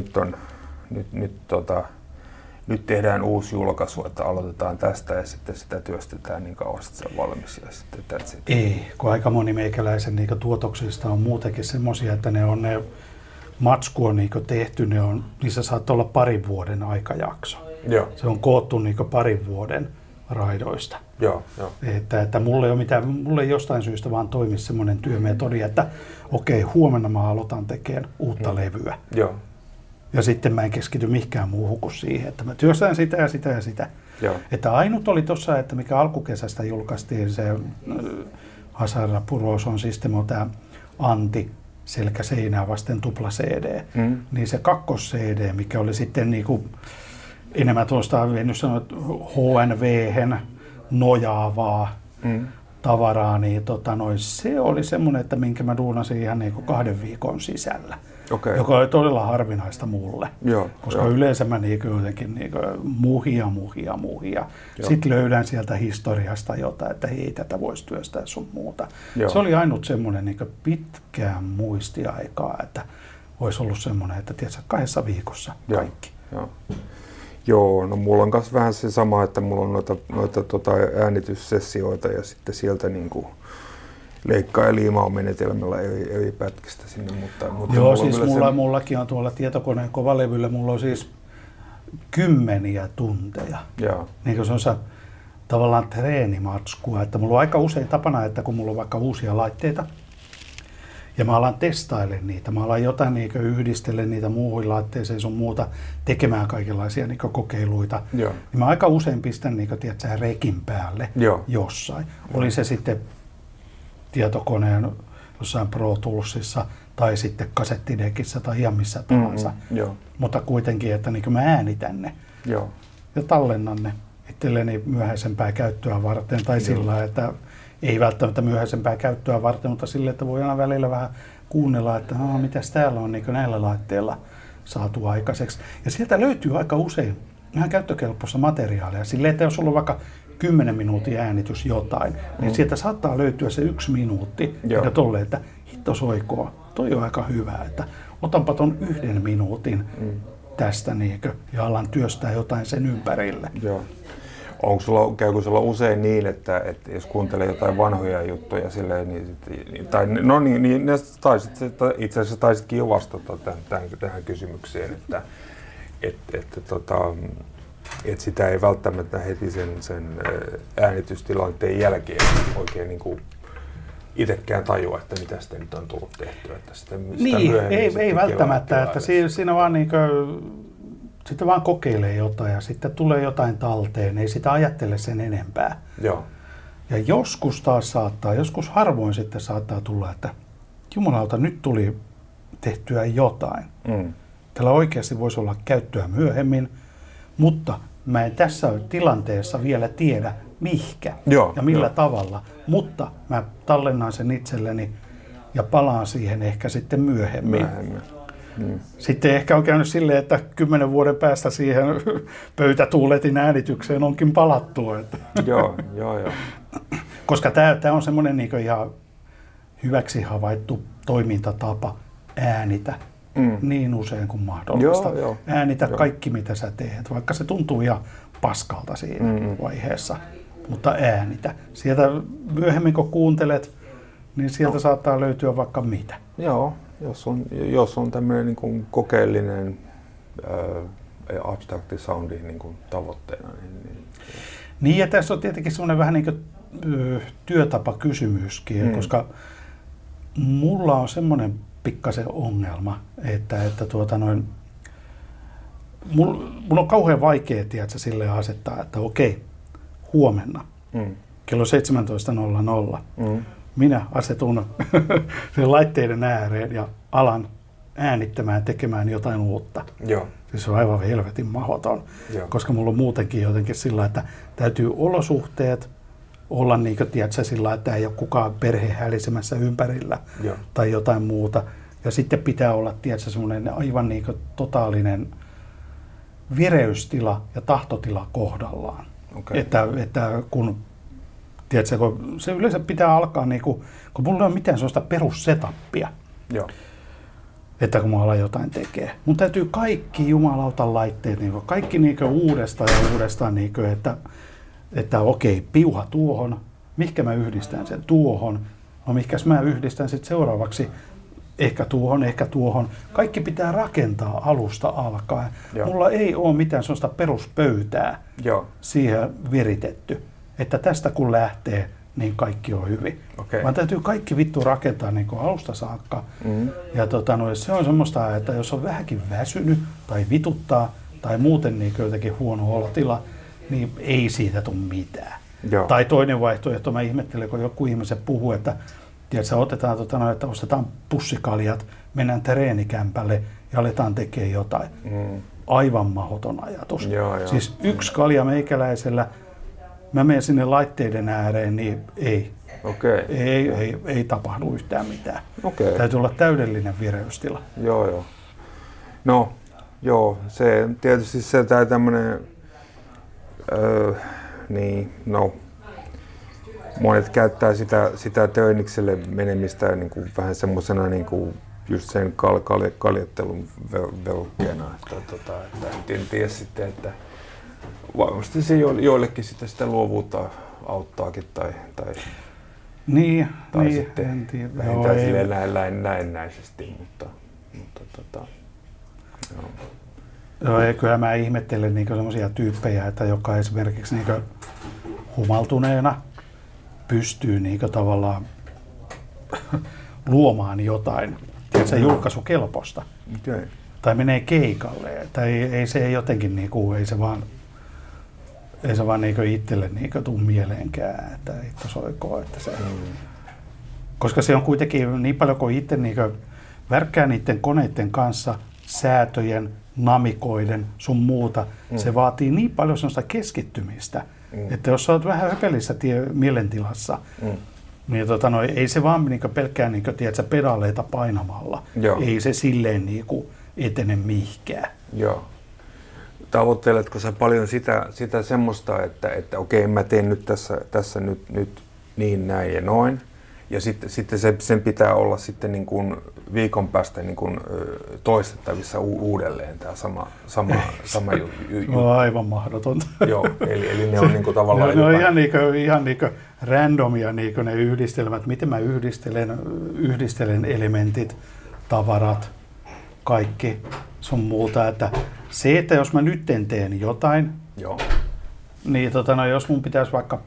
nyt tehdään uusi julkaisu, että aloitetaan tästä ja sitten sitä työstetään niin kauan, että se on valmis. Ja sitten ei, kun aika moni meikäläisen niin tuotoksista on muutenkin semmoisia, että ne matsku on niin tehty, niissä saattaa olla parin vuoden aikajakso. Joo. Se on koottu niin parin vuoden raidoista. Joo. Että mulle ei jostain syystä vaan toimisi semmoinen työmetodi, että okei, huomenna mä aloitan tekemään uutta levyä. Joo. Ja sitten mä en keskity mihinkään muuhun kuin siihen, että mä työstän sitä ja sitä ja sitä. Joo. Että ainut oli tuossa, että mikä alkukesästä julkaistiin se Hasara Puroson System, tämä Anti, selkä seinää vasten tupla CD. Niin se kakkos-CD, mikä oli sitten niinku enemmän tuosta, en nyt sano, HNV-hen nojaavaa tavaraa, niin se oli semmoinen, että minkä mä duunasin ihan niinku 2 viikon sisällä. Okay. Joka oli todella harvinaista mulle, koska yleensä mä jotenkin muhia. Sitten löydän sieltä historiasta jotain, että hei, tätä voisi työstää sun muuta. Se oli ainut semmoinen pitkään muistiaikaa, että olisi ollut semmoinen, että tiedätkö, 2 viikossa kaikki. Joo, no mulla on myös vähän se sama, että mulla on noita äänityssessioita ja sitten sieltä niinku leikkaa ja liimaa menetelmällä eri pätkistä sinne, mutta joo, siis mullakin on tuolla tietokoneen kovalevyllä, mulla on siis kymmeniä tunteja. Niin kuin se on tavallaan treenimatskua, että mulla on aika usein tapana, että kun mulla on vaikka uusia laitteita ja mä alan testailemaan niitä, mä alan jotain yhdistellen niitä muuhun laitteeseen sun muuta, tekemään kaikenlaisia kokeiluita, niin mä aika usein pistän rekin päälle jossain. Oli se sitten tietokoneen jossain Pro Toolsissa tai sitten kasettidekissä tai ihan missä tahansa. Mutta kuitenkin, että mä äänitän ne ja tallennan ne itselleni myöhäisempää käyttöä varten tai sillä, että ei välttämättä myöhäisempää käyttöä varten, mutta sille, että voi aina välillä vähän kuunnella, että mitäs täällä on näillä laitteilla saatu aikaiseksi. Ja sieltä löytyy aika usein ihan käyttökelpoista materiaalia. Silleen, että jos sulla on vaikka 10 minuutin äänitys jotain, niin sieltä saattaa löytyä se 1 minuutti, ja tolle, että hitto soikoa, toi on aika hyvä, että otanpa ton 1 minuutin tästä ja alan työstää jotain sen ympärille. Joo. Käykö sulla usein niin, että jos kuuntelee jotain vanhoja juttuja silleen, itse asiassa taisitkin jo vastata tähän kysymykseen, että sitä ei välttämättä heti sen äänitystilanteen jälkeen oikein niin kuin itsekään tajua, että mitä sitä nyt on tullut tehtyä. Että sitä ei välttämättä, että siinä vaan sitten vaan kokeilee jotain ja sitten tulee jotain talteen, ei sitä ajattele sen enempää. Joo. Ja joskus harvoin sitten saattaa tulla, että jumalauta, nyt tuli tehtyä jotain. Tällä oikeasti voisi olla käyttöä myöhemmin, mutta mä en tässä tilanteessa vielä tiedä mihkä ja millä tavalla, mutta mä tallennan sen itselleni ja palaan siihen ehkä sitten myöhemmin. Sitten ehkä on käynyt silleen, että 10 vuoden päästä siihen pöytätuuletin äänitykseen onkin palattu. Että. Joo. Koska tämä on semmoinen ihan hyväksi havaittu toimintatapa, äänitä niin usein kuin mahdollista. Äänitä kaikki mitä sä teet, vaikka se tuntuu ihan paskalta siinä vaiheessa, mutta äänitä. Sieltä myöhemmin kun kuuntelet, niin sieltä saattaa löytyä vaikka mitä. Joo. Jos on tämmöinen niin kuin kokeellinen abstrakti soundi niin kuin tavoitteena. Niin ja tässä on tietenkin semmoinen vähän niin kuin työtapakysymyskin, koska mulla on semmoinen pikkasen ongelma, että mun on kauhean vaikea silleen asettaa, että okei, huomenna kello 17.00 minä asetun sen laitteiden ääreen ja alan äänittämään, tekemään jotain uutta. Joo. Siis se on aivan helvetin mahdoton, koska mulla on muutenkin jotenkin sillä, että täytyy olosuhteet olla niin kuin, tiedätkö, sillä, että ei ole kukaan perhe hälisemässä ympärillä tai jotain muuta. Ja sitten pitää olla, tiedätkö, semmoinen aivan niin kuin totaalinen vireystila ja tahtotila kohdallaan. Okay. Että kun, tiedätkö, kun se yleensä pitää alkaa, niin kun mulla ei ole mitään sellaista perussetapia. Joo. Että kun mä alan jotain tekee. Mun täytyy kaikki jumalautan laitteet, niin kaikki niin uudestaan ja uudestaan, niin kuin, että okei, piuha tuohon, mihinkä mä yhdistän sen tuohon, no mihinkäs mä yhdistän sitten seuraavaksi, ehkä tuohon. Kaikki pitää rakentaa alusta alkaen. Mulla ei ole mitään sellaista peruspöytää siihen viritetty, että tästä kun lähtee, niin kaikki on hyvin. Okay. Vaan täytyy kaikki vittu rakentaa niin kuin alusta saakka. Ja se on semmoista, että jos on vähänkin väsynyt tai vituttaa tai muuten niin jotenkin huono olotila, niin ei siitä tule mitään. Joo. Tai toinen vaihtoehto, mä ihmettelen, kun joku ihmiset puhuu, että tiedätkö, otetaan, että ostetaan pussikaljat, mennään treenikämpälle ja aletaan tekemään jotain. Aivan mahdoton ajatus. Joo. Siis yksi kalja meikäläisellä, mä menen sinne laitteiden ääreen, niin ei. Okay. Ei tapahdu yhtään mitään. Okay. Täytyy olla täydellinen vireystila. Joo. No, se tietysti se tämmöinen, monet käyttää sitä töinikselle menemistä niin kuin vähän semmoisena niin kuin just sen kaljattelun verukkeena, että en tiedä sitten, että varmasti se joillekin sitä luovuutta auttaakin tai sitten vähintään silleen näennäisesti, mutta joo, kyllä mä ihmettelen niin semmoisia tyyppejä, että joka esimerkiksi niin humaltuneena pystyy niin tavallaan luomaan jotain, tiedätkö, julkaisukelpoista. Okay. Tai menee keikalle, tai ei se jotenkin niinku, ei se vaan niinku itselle niinku tuu mieleenkään, että hitto soikoo, että se. Koska se on kuitenkin niin paljon kuin itse niinku värkkää niiden koneiden kanssa, säätöjen, namikoiden, sun muuta, se vaatii niin paljon sellaista keskittymistä, että jos sä oot vähän höpelissä mielentilassa, niin ei se vaan niinku pelkkää niinku, tiedätkö, pedaaleita painamalla, ei se silleen niinku etene mihinkään. Joo. Tavoitteletko sä paljon sitä semmoista, että okei, mä teen nyt tässä nyt niin, näin ja noin, ja sitten sen pitää olla sitten niin kuin viikon päästä niin kuin toistettavissa uudelleen tämä sama juttu. No aivan mahdotonta. Joo, eli ne on niin kuin tavallaan... Ne on ihan niin kuin randomia niin kuin ne yhdistelmät, miten mä yhdistelen elementit, tavarat, kaikki sun muuta, että se, että jos mä nyt teen jotain, niin jos mun pitäisi vaikka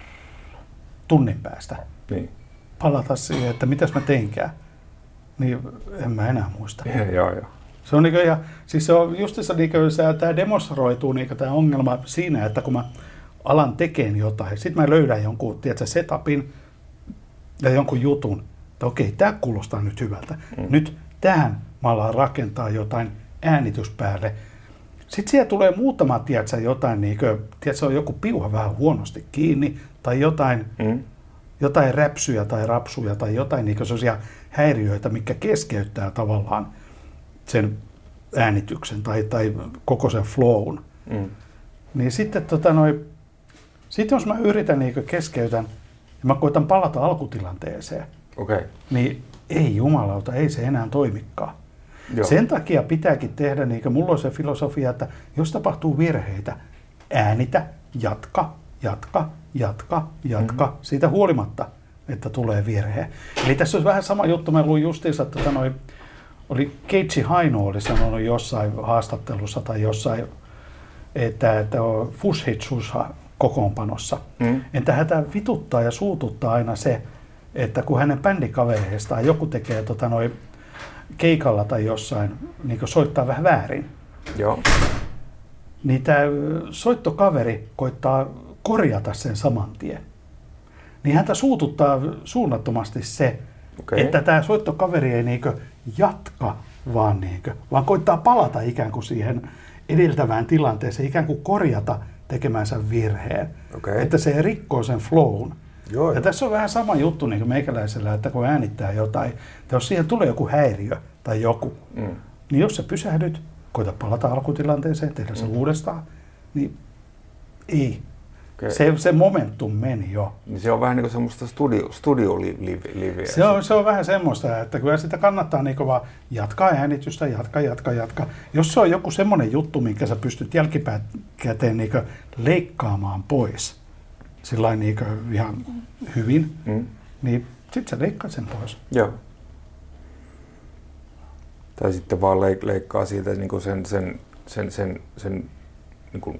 tunnin päästä palata siihen, että mitäs mä teinkään, niin en mä enää muista. Joo. Se on siis se on justissa tämä demonstroituu tämä ongelma siinä, että kun mä alan tekemään jotain, sit mä löydän jonkun, tiedätkö, setupin ja jonkun jutun, että okei, tää kuulostaa nyt hyvältä. Nyt tähän mä alan rakentaa jotain äänityspäälle. Sitten siellä tulee muutama, tiedätkö, jotain, tiedätkö, on joku piuha vähän huonosti kiinni, tai jotain räpsyjä tai rapsuja, tai jotain sellaisia häiriöitä, mitkä keskeyttää tavallaan sen äänityksen tai koko sen flown. Niin sitten, sitten jos mä yritän keskeytän, ja mä koitan palata alkutilanteeseen, niin ei jumalauta, ei se enää toimikaan. Joo. Sen takia pitääkin tehdä, niin kuin mulla on se filosofia, että jos tapahtuu virheitä, äänitä, jatka, siitä huolimatta, että tulee virhe. Eli tässä olisi vähän sama juttu, mä luin justiinsa, että oli Keitsi Haino oli sanonut jossain haastattelussa tai jossain, että Fushitsussa kokoonpanossa. Entä häntä vituttaa ja suututtaa aina se, että kun hänen bändikavereistaan joku tekee keikalla tai jossain, niin soittaa vähän väärin. Joo. niin tämä soittokaveri koittaa korjata sen saman tien. Niin häntä suututtaa suunnattomasti se, että tämä soittokaveri ei niinkö jatka, vaan koittaa palata ikään kuin siihen edeltävään tilanteeseen, ikään kuin korjata tekemänsä virheen. Että se rikkoo sen flown. Joo. Ja tässä on vähän sama juttu niin kuin meikäläisellä, että kun äänittää jotain, että jos siihen tulee joku häiriö tai joku, niin jos sä pysähdyt, koita palata alkutilanteeseen, tehdä se uudestaan, niin ei. Se momentum meni jo. Niin se on vähän niin kuin semmoista studioliveä. Se on vähän semmoista, että kyllä sitä kannattaa niin vaan jatkaa äänitystä, jatka. Jos se on joku semmoinen juttu, minkä sä pystyt jälkikäteen niin leikkaamaan pois, sillain niin ihan hyvin, niin sit sä leikkaat sen pois. Joo. Tai sitten vaan leikkaa siitä niin kuin sen niin kuin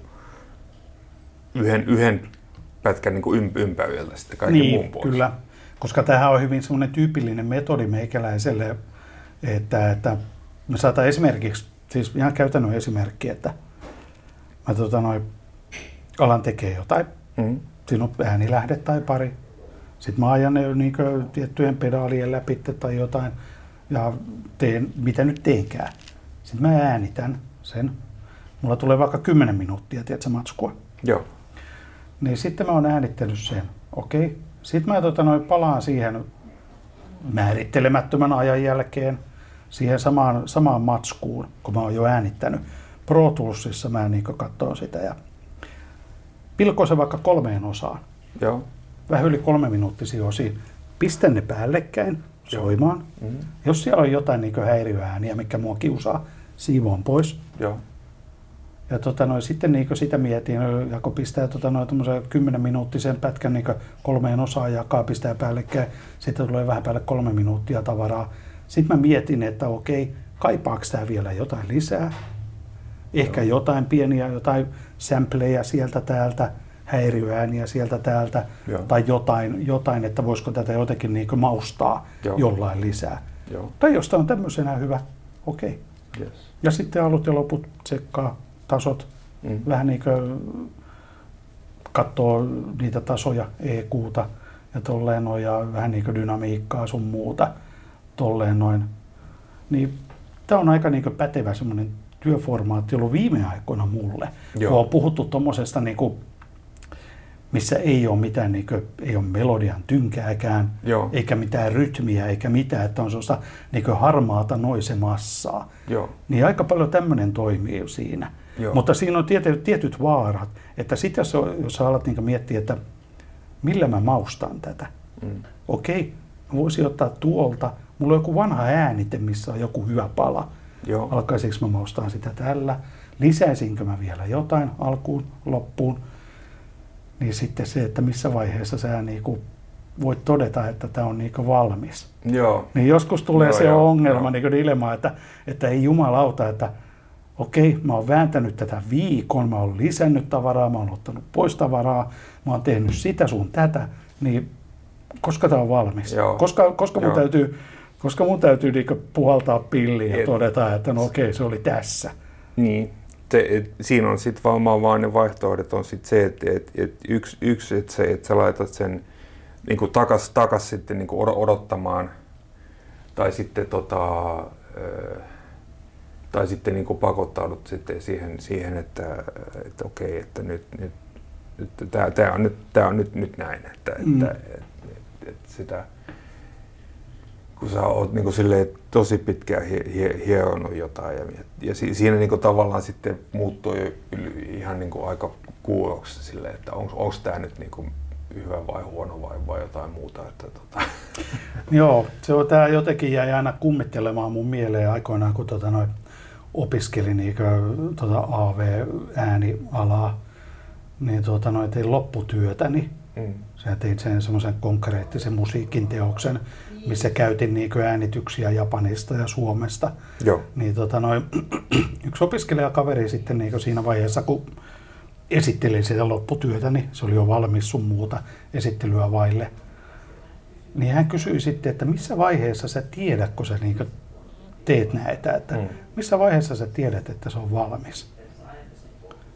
yhden pätkän niin kuin ympärillä sitten kaiken muun pois. Kyllä, koska tämähän on hyvin semmoinen tyypillinen metodi meikäläiselle, että me saadaan esimerkiksi, siis ihan käytännön esimerkki, että mä alan tekee jotain, siinä on äänilähde tai pari, sitten mä ajan ne niin tiettyjen pedaalien läpi tai jotain ja teen, mitä nyt teenkään. Sitten mä äänitän sen, mulla tulee vaikka 10 minuuttia, tiedätkö, matskua. Joo. Niin sitten mä oon äänittänyt sen, okei. Sitten mä palaan siihen määrittelemättömän ajan jälkeen siihen samaan matskuun, kun mä oon jo äänittänyt. Pro Toolsissa mä niin katson sitä ja pilkon se vaikka 3 osaan. Joo. Vähän yli 3 minuuttisia osiin. Pistän ne päällekkäin soimaan. Mm-hmm. Jos siellä on jotain niin häiriöääniä, mikä mua kiusaa, siivoon pois. Joo. Ja sitten sitä mietin, ja kun pistää 10-minuuttisen pätkän 3 osaan jakaa, pistää päällekkäin, sitten tulee vähän päälle 3 minuuttia tavaraa. Sitten mä mietin, että okei, kaipaako tämä vielä jotain lisää? Ehkä jotain pieniä, jotain sampleja sieltä täältä, häiriöääniä sieltä täältä, tai jotain, että voisiko tätä jotenkin maustaa jollain lisää. Joo. Tai jos tämä on tämmöisenä hyvä, okei. Yes. Ja sitten alut ja loput tsekkaa tasot, vähän katsoo niitä tasoja, EQ:ta ja tolleen noin, ja vähän dynamiikkaa sun muuta tolleen noin. Niin tää on aika pätevä semmoinen työformaatti ollut viime aikoina mulle. Kun on puhuttu tommosesta missä ei ole mitään, ei ole melodian tynkääkään, eikä mitään rytmiä, eikä mitään, että on sellaista harmaata noisemassaa. Niin aika paljon tämmöinen toimii siinä. Mutta siinä on tietyt vaarat, että sitten jos sä alat miettiä, että millä mä maustan tätä. Okei, mä voisin ottaa tuolta, mulla on joku vanha äänite, missä on joku hyvä pala. Alkaisinko mä maustaan sitä tällä, lisäisinkö mä vielä jotain alkuun, loppuun. Niin sitten se, että missä vaiheessa sä voit todeta, että tämä on valmis. Joo. Niin joskus tulee se ongelma, dilemma, että ei jumalauta, että okei, mä oon vääntänyt tätä viikon, mä oon lisännyt tavaraa, mä oon ottanut pois tavaraa, mä oon tehnyt sitä sun tätä, niin koska tää on valmis? Koska mun täytyy puhaltaa pilliä ja todeta, että no okei, se oli tässä. Niin. Siinä on sitten vaan ne vaihtoehdot on sit se, että yksi että sä laitat sen niinku takas sitten niinku odottamaan tai sitten tai sitten niinku pakottaudut sitten siihen että okei, että nyt tää on nyt näin, että sitä kun sä oot niinku silleen tosi pitkään hieronut jotain ja siinä niinku tavallaan sitten muuttui ihan niinku aika kuuroksi silleen, että onko tää nyt niinku hyvä vai huono vai jotain muuta. Joo, tää jotenkin jäi aina kummittelemaan mun mieleen aikoinaan, kun opiskelin AV-äänialaa, niin tein lopputyötäni. Sä teit sen semmoisen konkreettisen musiikin teoksen, missä käytin äänityksiä Japanista ja Suomesta. Niin yksi opiskelijakaveri sitten siinä vaiheessa, kun esittelin sitä lopputyötä, niin se oli jo valmis sun muuta esittelyä vaille. Niin hän kysyi sitten, että missä vaiheessa sä tiedät, kun sä teet näitä, että missä vaiheessa sä tiedät, että se on valmis.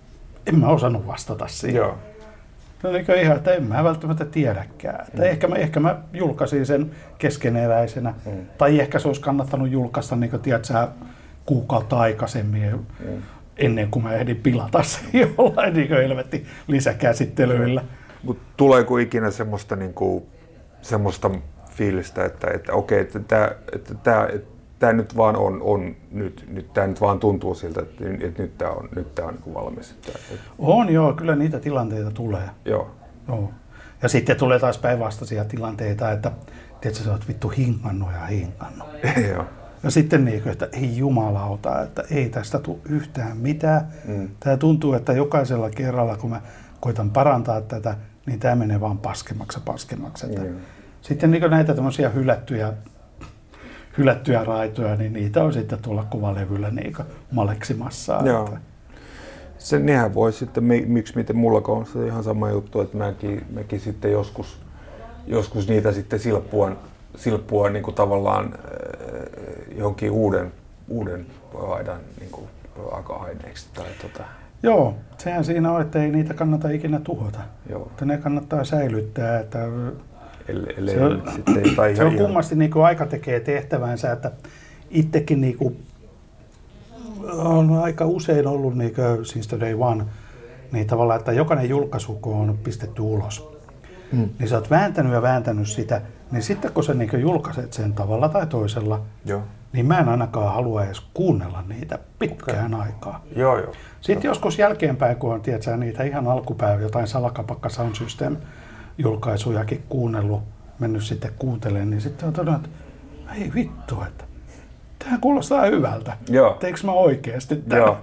en mä osannut vastata siihen. Joo. No niin ihan, että en mä välttämättä tiedäkään. Ehkä mä julkaisin sen keskeneräisenä. Tai ehkä se olisi kannattanut julkaista niin kuin, tiedätkö, kuukautta aikaisemmin ennen kuin mä ehdin pilata sen jollain niin helvetti lisäkäsittelyillä. Mutta tuleeko ikinä semmoista, niinku, semmoista fiilistä, että okei, että tämä nyt vaan on nyt tämä nyt vaan tuntuu siltä, että nyt tämä on niinku valmis. On joo, kyllä niitä tilanteita tulee. Joo. Ja sitten tulee taas päinvastaisia tilanteita, että tiedätkö, sä oot vittu hinkannut. Joo. Ja sitten niin, että ei jumalauta, että ei tästä tule yhtään mitään. Tämä tuntuu, että jokaisella kerralla, kun mä koitan parantaa tätä, niin tämä menee vaan paskemmaksi. Sitten niin näitä tämmöisiä hylättyjä raitoja, niin niitä on sitten tuolla kuvalevyllä niin maleksimassa. Joo. Nehän voi sitten, miten mulla on se ihan sama juttu, että mäkin sitten joskus niitä sitten silppua niin kuin tavallaan johonkin uuden aidan niin kuin raaka-aineeksi. Joo, sehän siinä on, että ei niitä kannata ikinä tuhota. Joo. Että ne kannattaa säilyttää. Että se on kummasti, niin kuin aika tekee tehtävänsä, että itsekin niin kuin on aika usein ollut niin kuin since the day one, niin tavallaan, että jokainen julkaisu, kun on pistetty ulos, niin sä oot vääntänyt sitä, niin sitten kun sä niin kuin julkaiset sen tavalla tai toisella, niin mä en ainakaan halua edes kuunnella niitä pitkään aikaa. Joo. Sitten joskus jälkeenpäin, kun on tiedätkö, niitä ihan alkupäivä jotain Salakapakka Sound System julkaisujakin kuunnellut, mennyt sitten kuuntelemaan, niin sitten on todennut, että ei vittu, että tämä kuulostaa hyvältä. Joo. Teekö mä oikeasti tämän? Joo.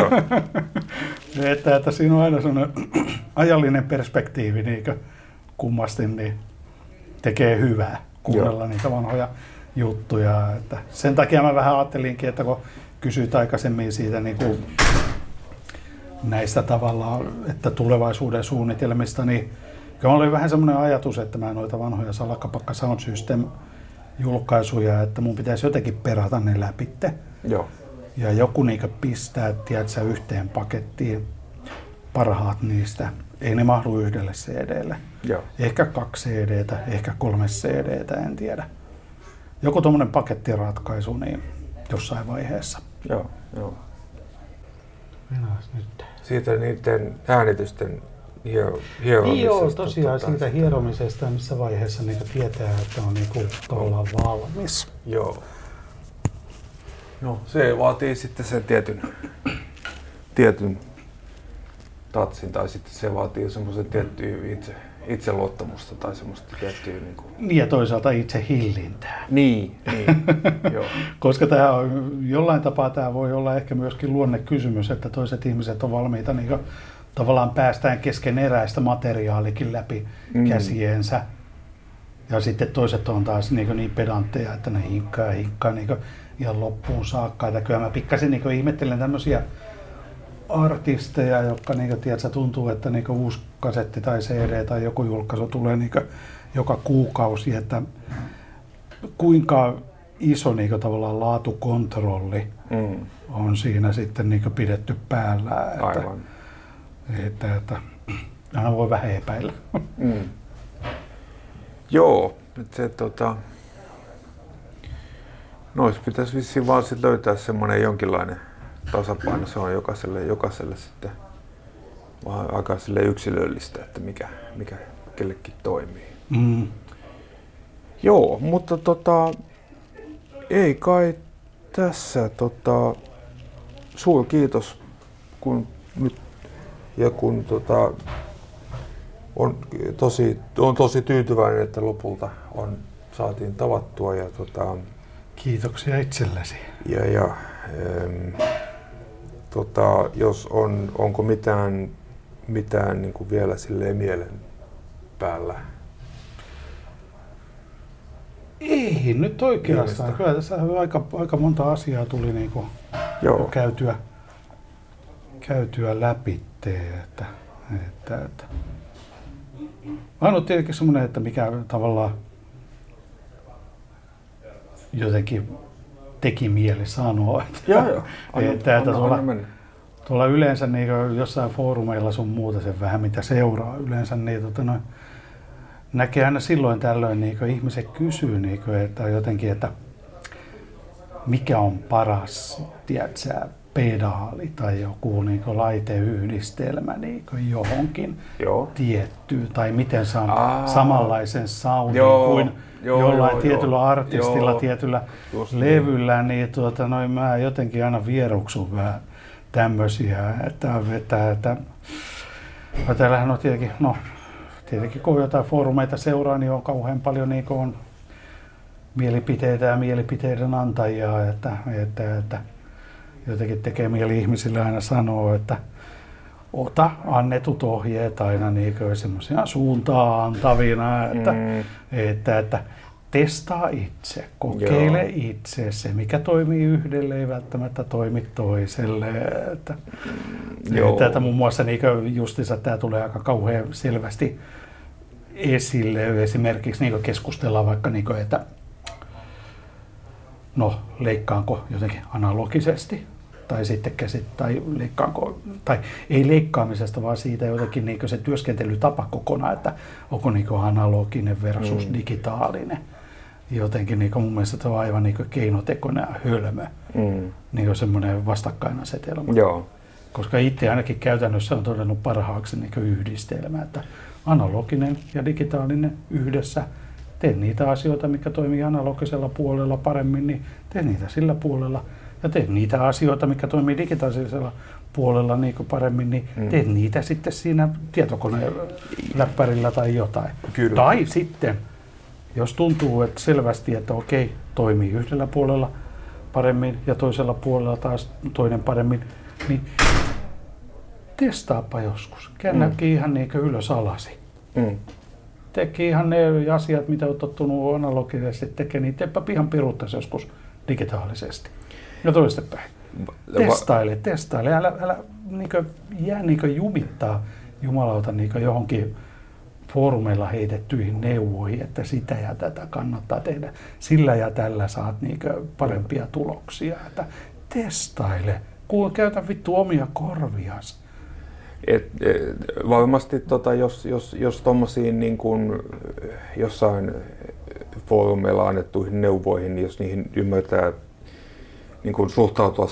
että siinä on aina sellainen ajallinen perspektiivi niin kummasti, niin tekee hyvää kuunnella niitä vanhoja juttuja. Että sen takia mä vähän ajattelinkin, että kun kysyit aikaisemmin siitä niin kuin näistä tavallaan, että tulevaisuuden suunnitelmista, niin kyllä oli vähän semmoinen ajatus, että mä noita vanhoja Salakapakka Sound System julkaisuja, että mun pitäisi jotenkin perata ne läpitte. Joo. Ja joku niinkö pistää, tiedätkö, yhteen pakettiin parhaat niistä. Ei ne mahdu yhdelle CD:lle. Joo. Ehkä 2 CD:tä, ehkä 3 CD:tä, en tiedä. Joku tommonen pakettiratkaisu niin jossain vaiheessa. Joo. Minäs nyt? Siitä niiden äänitysten hieromisesta. Joo, tosiaan siitä hieromisesta, missä vaiheessa niitä tietää, että on niinku tavallaan valmis. Joo. No, se vaatii sitten sen tietyn tatsin, tai sitten se vaatii semmoisen tiettyä itseluottamusta tai semmoista tiettyä Niin ja toisaalta itse hillintää. Niin, joo. Koska tämä on, jollain tapaa tämä voi olla ehkä myöskin luonnekysymys, että toiset ihmiset on valmiita niin tavallaan päästään keskeneräistä materiaalikin läpi käsiensä. Ja sitten toiset on taas niin pedantteja, että ne hinkkaa niin ihan loppuun saakka. Ja kyllä mä pikkasen niin ihmettelen tämmöisiä artisteja, jotka niin tiedätkö, tuntuu, että niin uusi kasetti tai CD tai joku julkaisu tulee niin joka kuukausi, että kuinka iso niin tavallaan laatukontrolli on siinä sitten niin pidetty päällä. Aivan. Että aina voi vähän epäillä. Joo, että se nois pitäisi vissiin vaan sit löytää semmoinen jonkinlainen tasapaino. Se on jokaiselle sitten vähän aika yksilöllistä, että mikä kellekin toimii. Joo, mutta ei kai tässä suuri kiitos kun nyt ja kun on tosi tyytyväinen, että lopulta saatiin tavattua ja kiitoksia itsellesi. Ja jos onko mitään niin kuin vielä silleen mielen päällä? Ei nyt oikeastaan. Kyllä tässä aika monta asiaa tuli niin kuin käytyä läpi. Että. Ainut tietenkin semmoinen, että mikä tavallaan jotenkin teki mieli sanoa, että tuolla yleensä niin jossain foorumeilla sun muuta sen vähän mitä seuraa yleensä, niin näkee aina silloin tällöin niin ihmiset kysyy, niin että jotenkin, että mikä on paras, tiedätkö, pedaali tai joku niin laiteyhdistelmä niin johonkin tiettyyn, tai miten saan samanlaisen soundin kuin jollain tietyllä artistilla, tietyllä levyllä, niin mä jotenkin aina vieroksun vähän tämmöisiä, että täällähän on tietenkin kun jotain foorumeita seuraa, niin on kauhean paljon niin on mielipiteitä ja mielipiteiden antajia, että jotenkin tekee mieli ihmisille aina sanoa, että ota annetut ohjeet aina niin semmoisia suuntaa antavina, että testaa itse, kokeile itse. Se, mikä toimii yhdelle, ei välttämättä toimi toiselle. Että muun muassa niin justiinsa tämä tulee aika kauhean selvästi esille. Esimerkiksi niin keskustellaan vaikka, niin että leikkaanko jotenkin analogisesti tai sitten tai leikkaanko, tai ei leikkaamisesta, vaan siitä jotenkin niin se työskentelytapa kokonaan, että onko niin analoginen versus digitaalinen. Jotenkin niin mun mielestä se on aivan niin keinotekoinen ja hölmö, niin semmoinen vastakkainasetelma. Joo. Koska itse ainakin käytännössä on todennut parhaaksi niin yhdistelmä, että analoginen ja digitaalinen yhdessä. Tee niitä asioita, mikä toimii analogisella puolella paremmin, niin tee niitä sillä puolella. Ja tee niitä asioita, mikä toimii digitaalisella puolella niin paremmin, niin tee niitä sitten siinä tietokoneen läppärillä tai jotain. Kyllä. Tai sitten, jos tuntuu että selvästi, että okei, toimii yhdellä puolella paremmin ja toisella puolella taas toinen paremmin, niin testaapa joskus. Käännäkin ihan niin ylös alasi. Teki ihan ne asiat, mitä olet tottunut analogisesti tekemään, niin teepä ihan piruuttaisi joskus digitaalisesti. Ja toistepäin. Testaile. Älä jää jumittaa jumalauta johonkin foorumeilla heitettyihin neuvoihin, että sitä ja tätä kannattaa tehdä. Sillä ja tällä saat parempia tuloksia. Että testaile. Käytä vittu omia korvias. Varmasti jos tommosiin niin kuin jossain foorumeilla annettuihin neuvoihin, niin jos niihin ymmärtää niin kuin suhtautua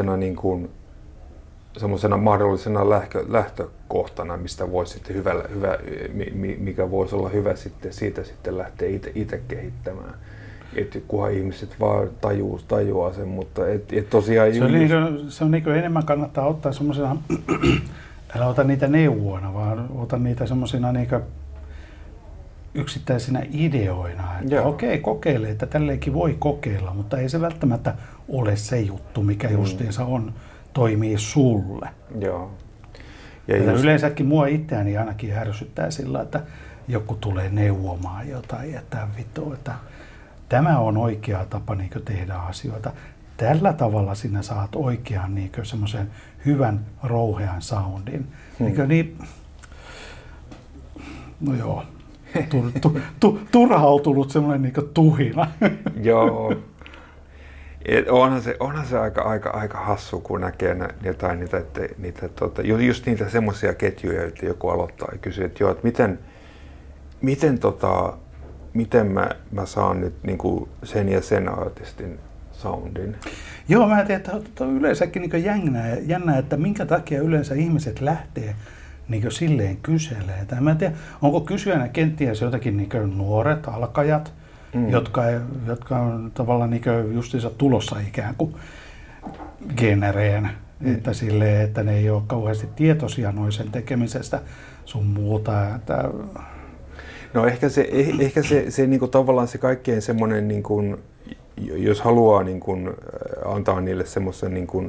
semmoisena mahdollisena lähtökohtana, mistä voi sitten mikä voisi olla hyvä siitä sitten lähteä itse kehittämään. Että kunhan ihmiset vaan tajuaa sen, mutta tosiaan... Se on enemmän kannattaa ottaa semmoisena, älä ota niitä neuvoina, vaan ota niitä semmoisina yksittäisinä ideoina. Että okei, kokeile, että tälleenkin voi kokeilla, mutta ei se välttämättä ole se juttu, mikä justiinsa toimii sulle. Joo. Ja yleensäkin mua itseäni ainakin härsyttää sillä, että joku tulee neuvomaan jotain, että vittu, että tämä on oikea tapa tehdä asioita. Tällä tavalla sinä saat oikean semmoisen hyvän rouhean soundin. Turhautunut semmoinen tuhina. Joo. Onhan se aika hassu, kun näkee jotain just niitä semmoisia ketjuja, että joku aloittaa ja kysyy, että miten mä saan nyt niinku sen ja sen artistin soundin. Joo, mä tiedän, että on yleensäkin jännä, että minkä takia yleensä ihmiset lähtee silleen kyselee. Mä en tiedä, onko kysyjänä kenties jotakin nuoret alkajat, jotka on tavallaan justiinsa tulossa ikään kuin genereen, että ne ei ole kauheasti tietoisia sen tekemisestä sun muuta. Että... No ehkä se niinku tavallaan se kaikkein semmoinen, niinku, jos haluaa niinku, antaa niille semmoisen niinku,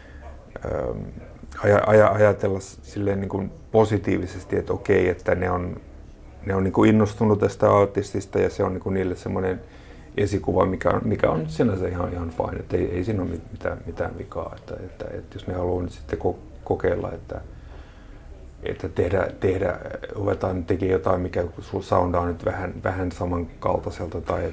ajatella silleen niinku positiivisesti, että okei, että ne on niinku innostunut tästä artistista ja se on niinku niille semmoinen esikuva, mikä on sinänsä ihan fine, että ei siinä ole mitään vikaa, että jos ne haluaa nyt sitten kokeilla, että ruvetaan tekemään jotain, mikä soundaa nyt vähän samankaltaiselta, tai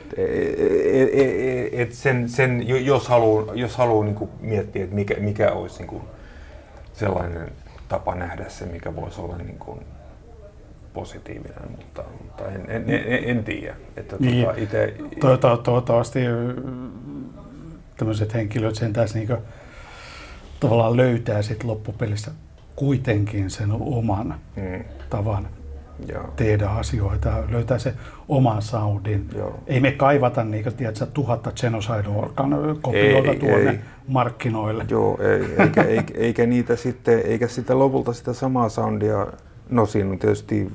jos haluaa niinku miettiä, että mikä olisi niinku sellainen tapa nähdä se, mikä voisi olla niin kuin positiivinen, mutta en tiedä. Että niin, toivottavasti tämmöiset henkilöt sen tässä niin tavallaan löytää sit loppupelissä kuitenkin sen oman tavan tehdä asioita, löytää se oman soundin. Joo. Ei me kaivata niin kuin, tiedätkö, 1000 Genocide Organ kopioita tuonne markkinoille. Joo, eikä niitä sitten, eikä sitä lopulta sitä samaa soundia. No siinä on tietysti,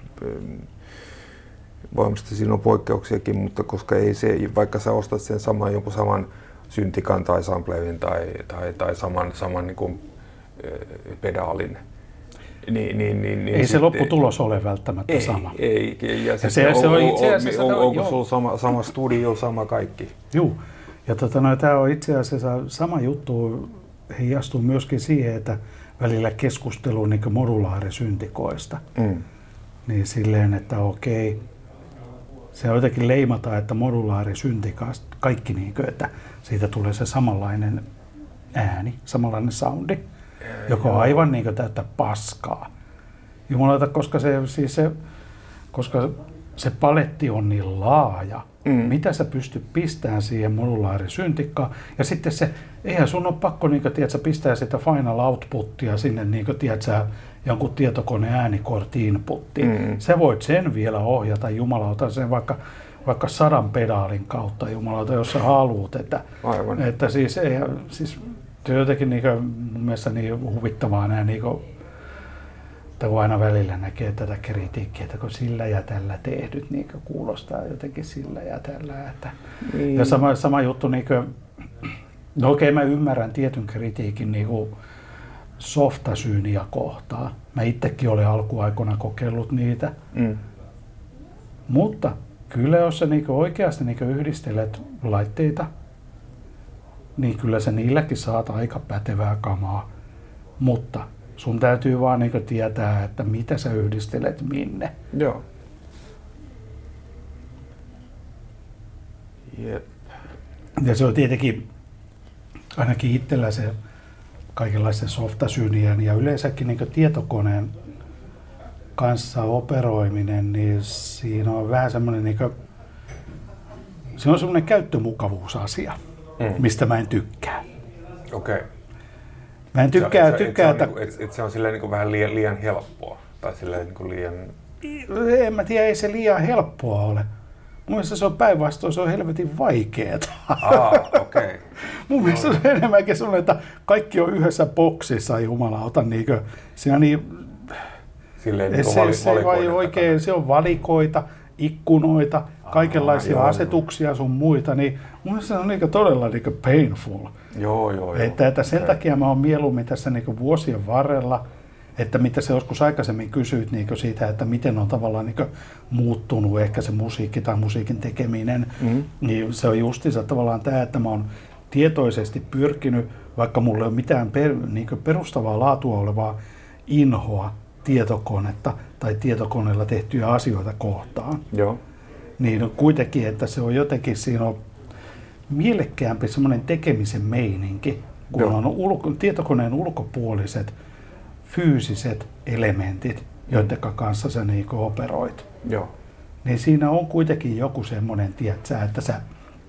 varmasti siinä on poikkeuksiakin, mutta koska ei se, vaikka sä ostat sen jonkun saman syntikan tai samplerin tai saman niin kuin, pedaalin, niin ei se lopputulos ole välttämättä sama. Ei, ja se on itse asiassa... Onko sulla sama studio, sama kaikki? Joo, ja tämä on itse asiassa sama juttu, heijastuu myöskin siihen, että välillä keskustelua niin modulaarisyntikoista. Niin silleen, että okei, se jotenkin leimataan, että modulaarisyntikasta kaikki, niin kuin, että siitä tulee se samanlainen ääni, samanlainen soundi, joka on aivan niin kuin täyttä paskaa. Jumalauta, koska se paletti on niin laaja, mitä sä pystyt pistämään siihen modulaarisyntikkaan. Ja sitten eihän sun ole pakko pistää sitä final outputtia sinne jonkun tietokoneen äänikortti inputtiin. Sä voit sen vielä ohjata, jumalauta, sen vaikka 100 pedaalin kautta, jumalauta, jos sä haluut. Että siis se on jotenkin mun mielestä niin huvittavaa nämä että kun aina välillä näkee tätä kritiikkiä, että kun sillä ja tällä tehdyt, niin kuulostaa jotenkin sillä ja tällä. Että. Ja sama juttu, no okei, mä ymmärrän tietyn kritiikin softasyyniä kohtaan. Mä itsekin olen alkuaikoina kokeillut niitä. Mutta kyllä jos sä oikeasti yhdistelet laitteita, niin kyllä sä niilläkin saat aika pätevää kamaa. Mutta sun täytyy vaan tietää, että mitä sä yhdistelet minne. Joo. Jep. Ja se on tietenkin ainakin itsellä se kaikenlaisten softasyynien ja yleensäkin tietokoneen kanssa operoiminen, niin siinä on vähän semmoinen se on semmoinen käyttömukavuusasia, mistä mä en tykkää. Okei. Mä en tykkää, että se on silleen vähän liian helppoa tai silleen liian... En mä tiedä, ei se liian helppoa ole. Mun mielestä se on päinvastoin, se on helvetin vaikeeta. Okei. Mun mielestä se on enemmänkin sellainen, että kaikki on yhdessä boksissa, jumalauta, siinä silleen oikein, se on valikoita, ikkunoita, kaikenlaisia asetuksia sun muita, niin mun mielestä se on todella painful. Joo. Että sen takia mä oon mieluummin tässä vuosien varrella, että mitä se joskus aikaisemmin kysyit siitä, että miten on tavallaan muuttunut ehkä se musiikki tai musiikin tekeminen, niin se on justiinsa tavallaan tämä, että mä oon tietoisesti pyrkinyt, vaikka mulla ei ole mitään perustavaa laatua olevaa inhoa tietokonetta tai tietokoneella tehtyjä asioita kohtaan. Joo. Niin kuitenkin, että se on jotenkin, siinä on mielekkäämpi semmoinen tekemisen meininki, kun on tietokoneen ulkopuoliset fyysiset elementit, joiden kanssa sä operoit. Joo. Niin siinä on kuitenkin joku semmoinen, tiedätkö, että sä...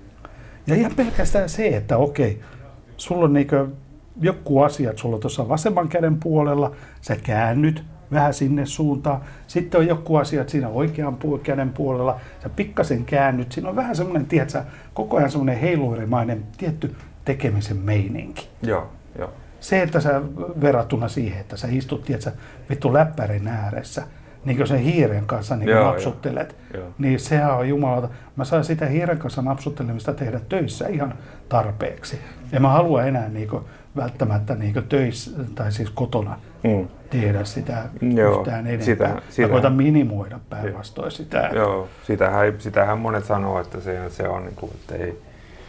Ja ihan pelkästään se, että okei, sulla on joku asia, että sulla on tuossa vasemman käden puolella, sä käännyt vähän sinne suuntaan. Sitten on joku asia, että siinä oikean käden puolella, sä pikkasen käännyt. Siinä on vähän semmoinen, tiedätkö, koko ajan semmoinen heiluurimainen tietty tekemisen meininki. Joo. Se, että sä verrattuna siihen, että sä istut, tiedätkö, vittu läppärin ääressä, niin kuin sen hiiren kanssa napsuttelet, niin sehän on jumalauta. Mä saan sitä hiiren kanssa napsuttelemista tehdä töissä ihan tarpeeksi. En mä halua enää välttämättä töissä, tai siis kotona tehdä sitä yhtään enempää. Mä koitan minimoida päinvastoin sitä. Joo, sitähän monet sanoo, että se on että ei...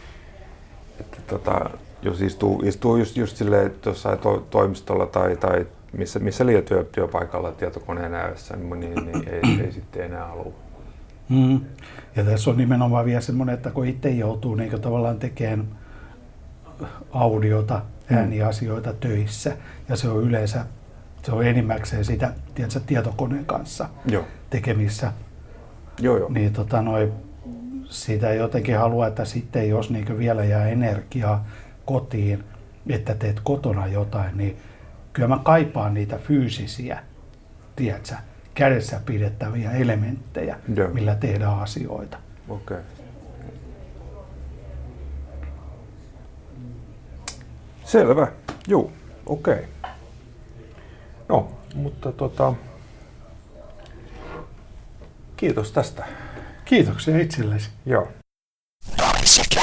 Että jos istuu just silleen jossain toimistolla tai missä liian työpaikalla tietokoneen ääressä, niin ei sitten enää halua. Ja tässä on nimenomaan vielä semmoinen, että kun itse joutuu tavallaan tekemään audiota, ääniasioita töissä ja se on yleensä, se on enimmäkseen sitä, tiedätkö, tietokoneen kanssa tekemissä. Joo. Niin siitä jotenkin haluaa, että sitten jos niin vielä jää energiaa kotiin, että teet kotona jotain, niin kyllä mä kaipaan niitä fyysisiä, tiedätkö, kädessä pidettäviä elementtejä, millä tehdään asioita. Okei. Selvä. Joo, okei. No, mutta kiitos tästä. Kiitoksia itsellesi. Joo.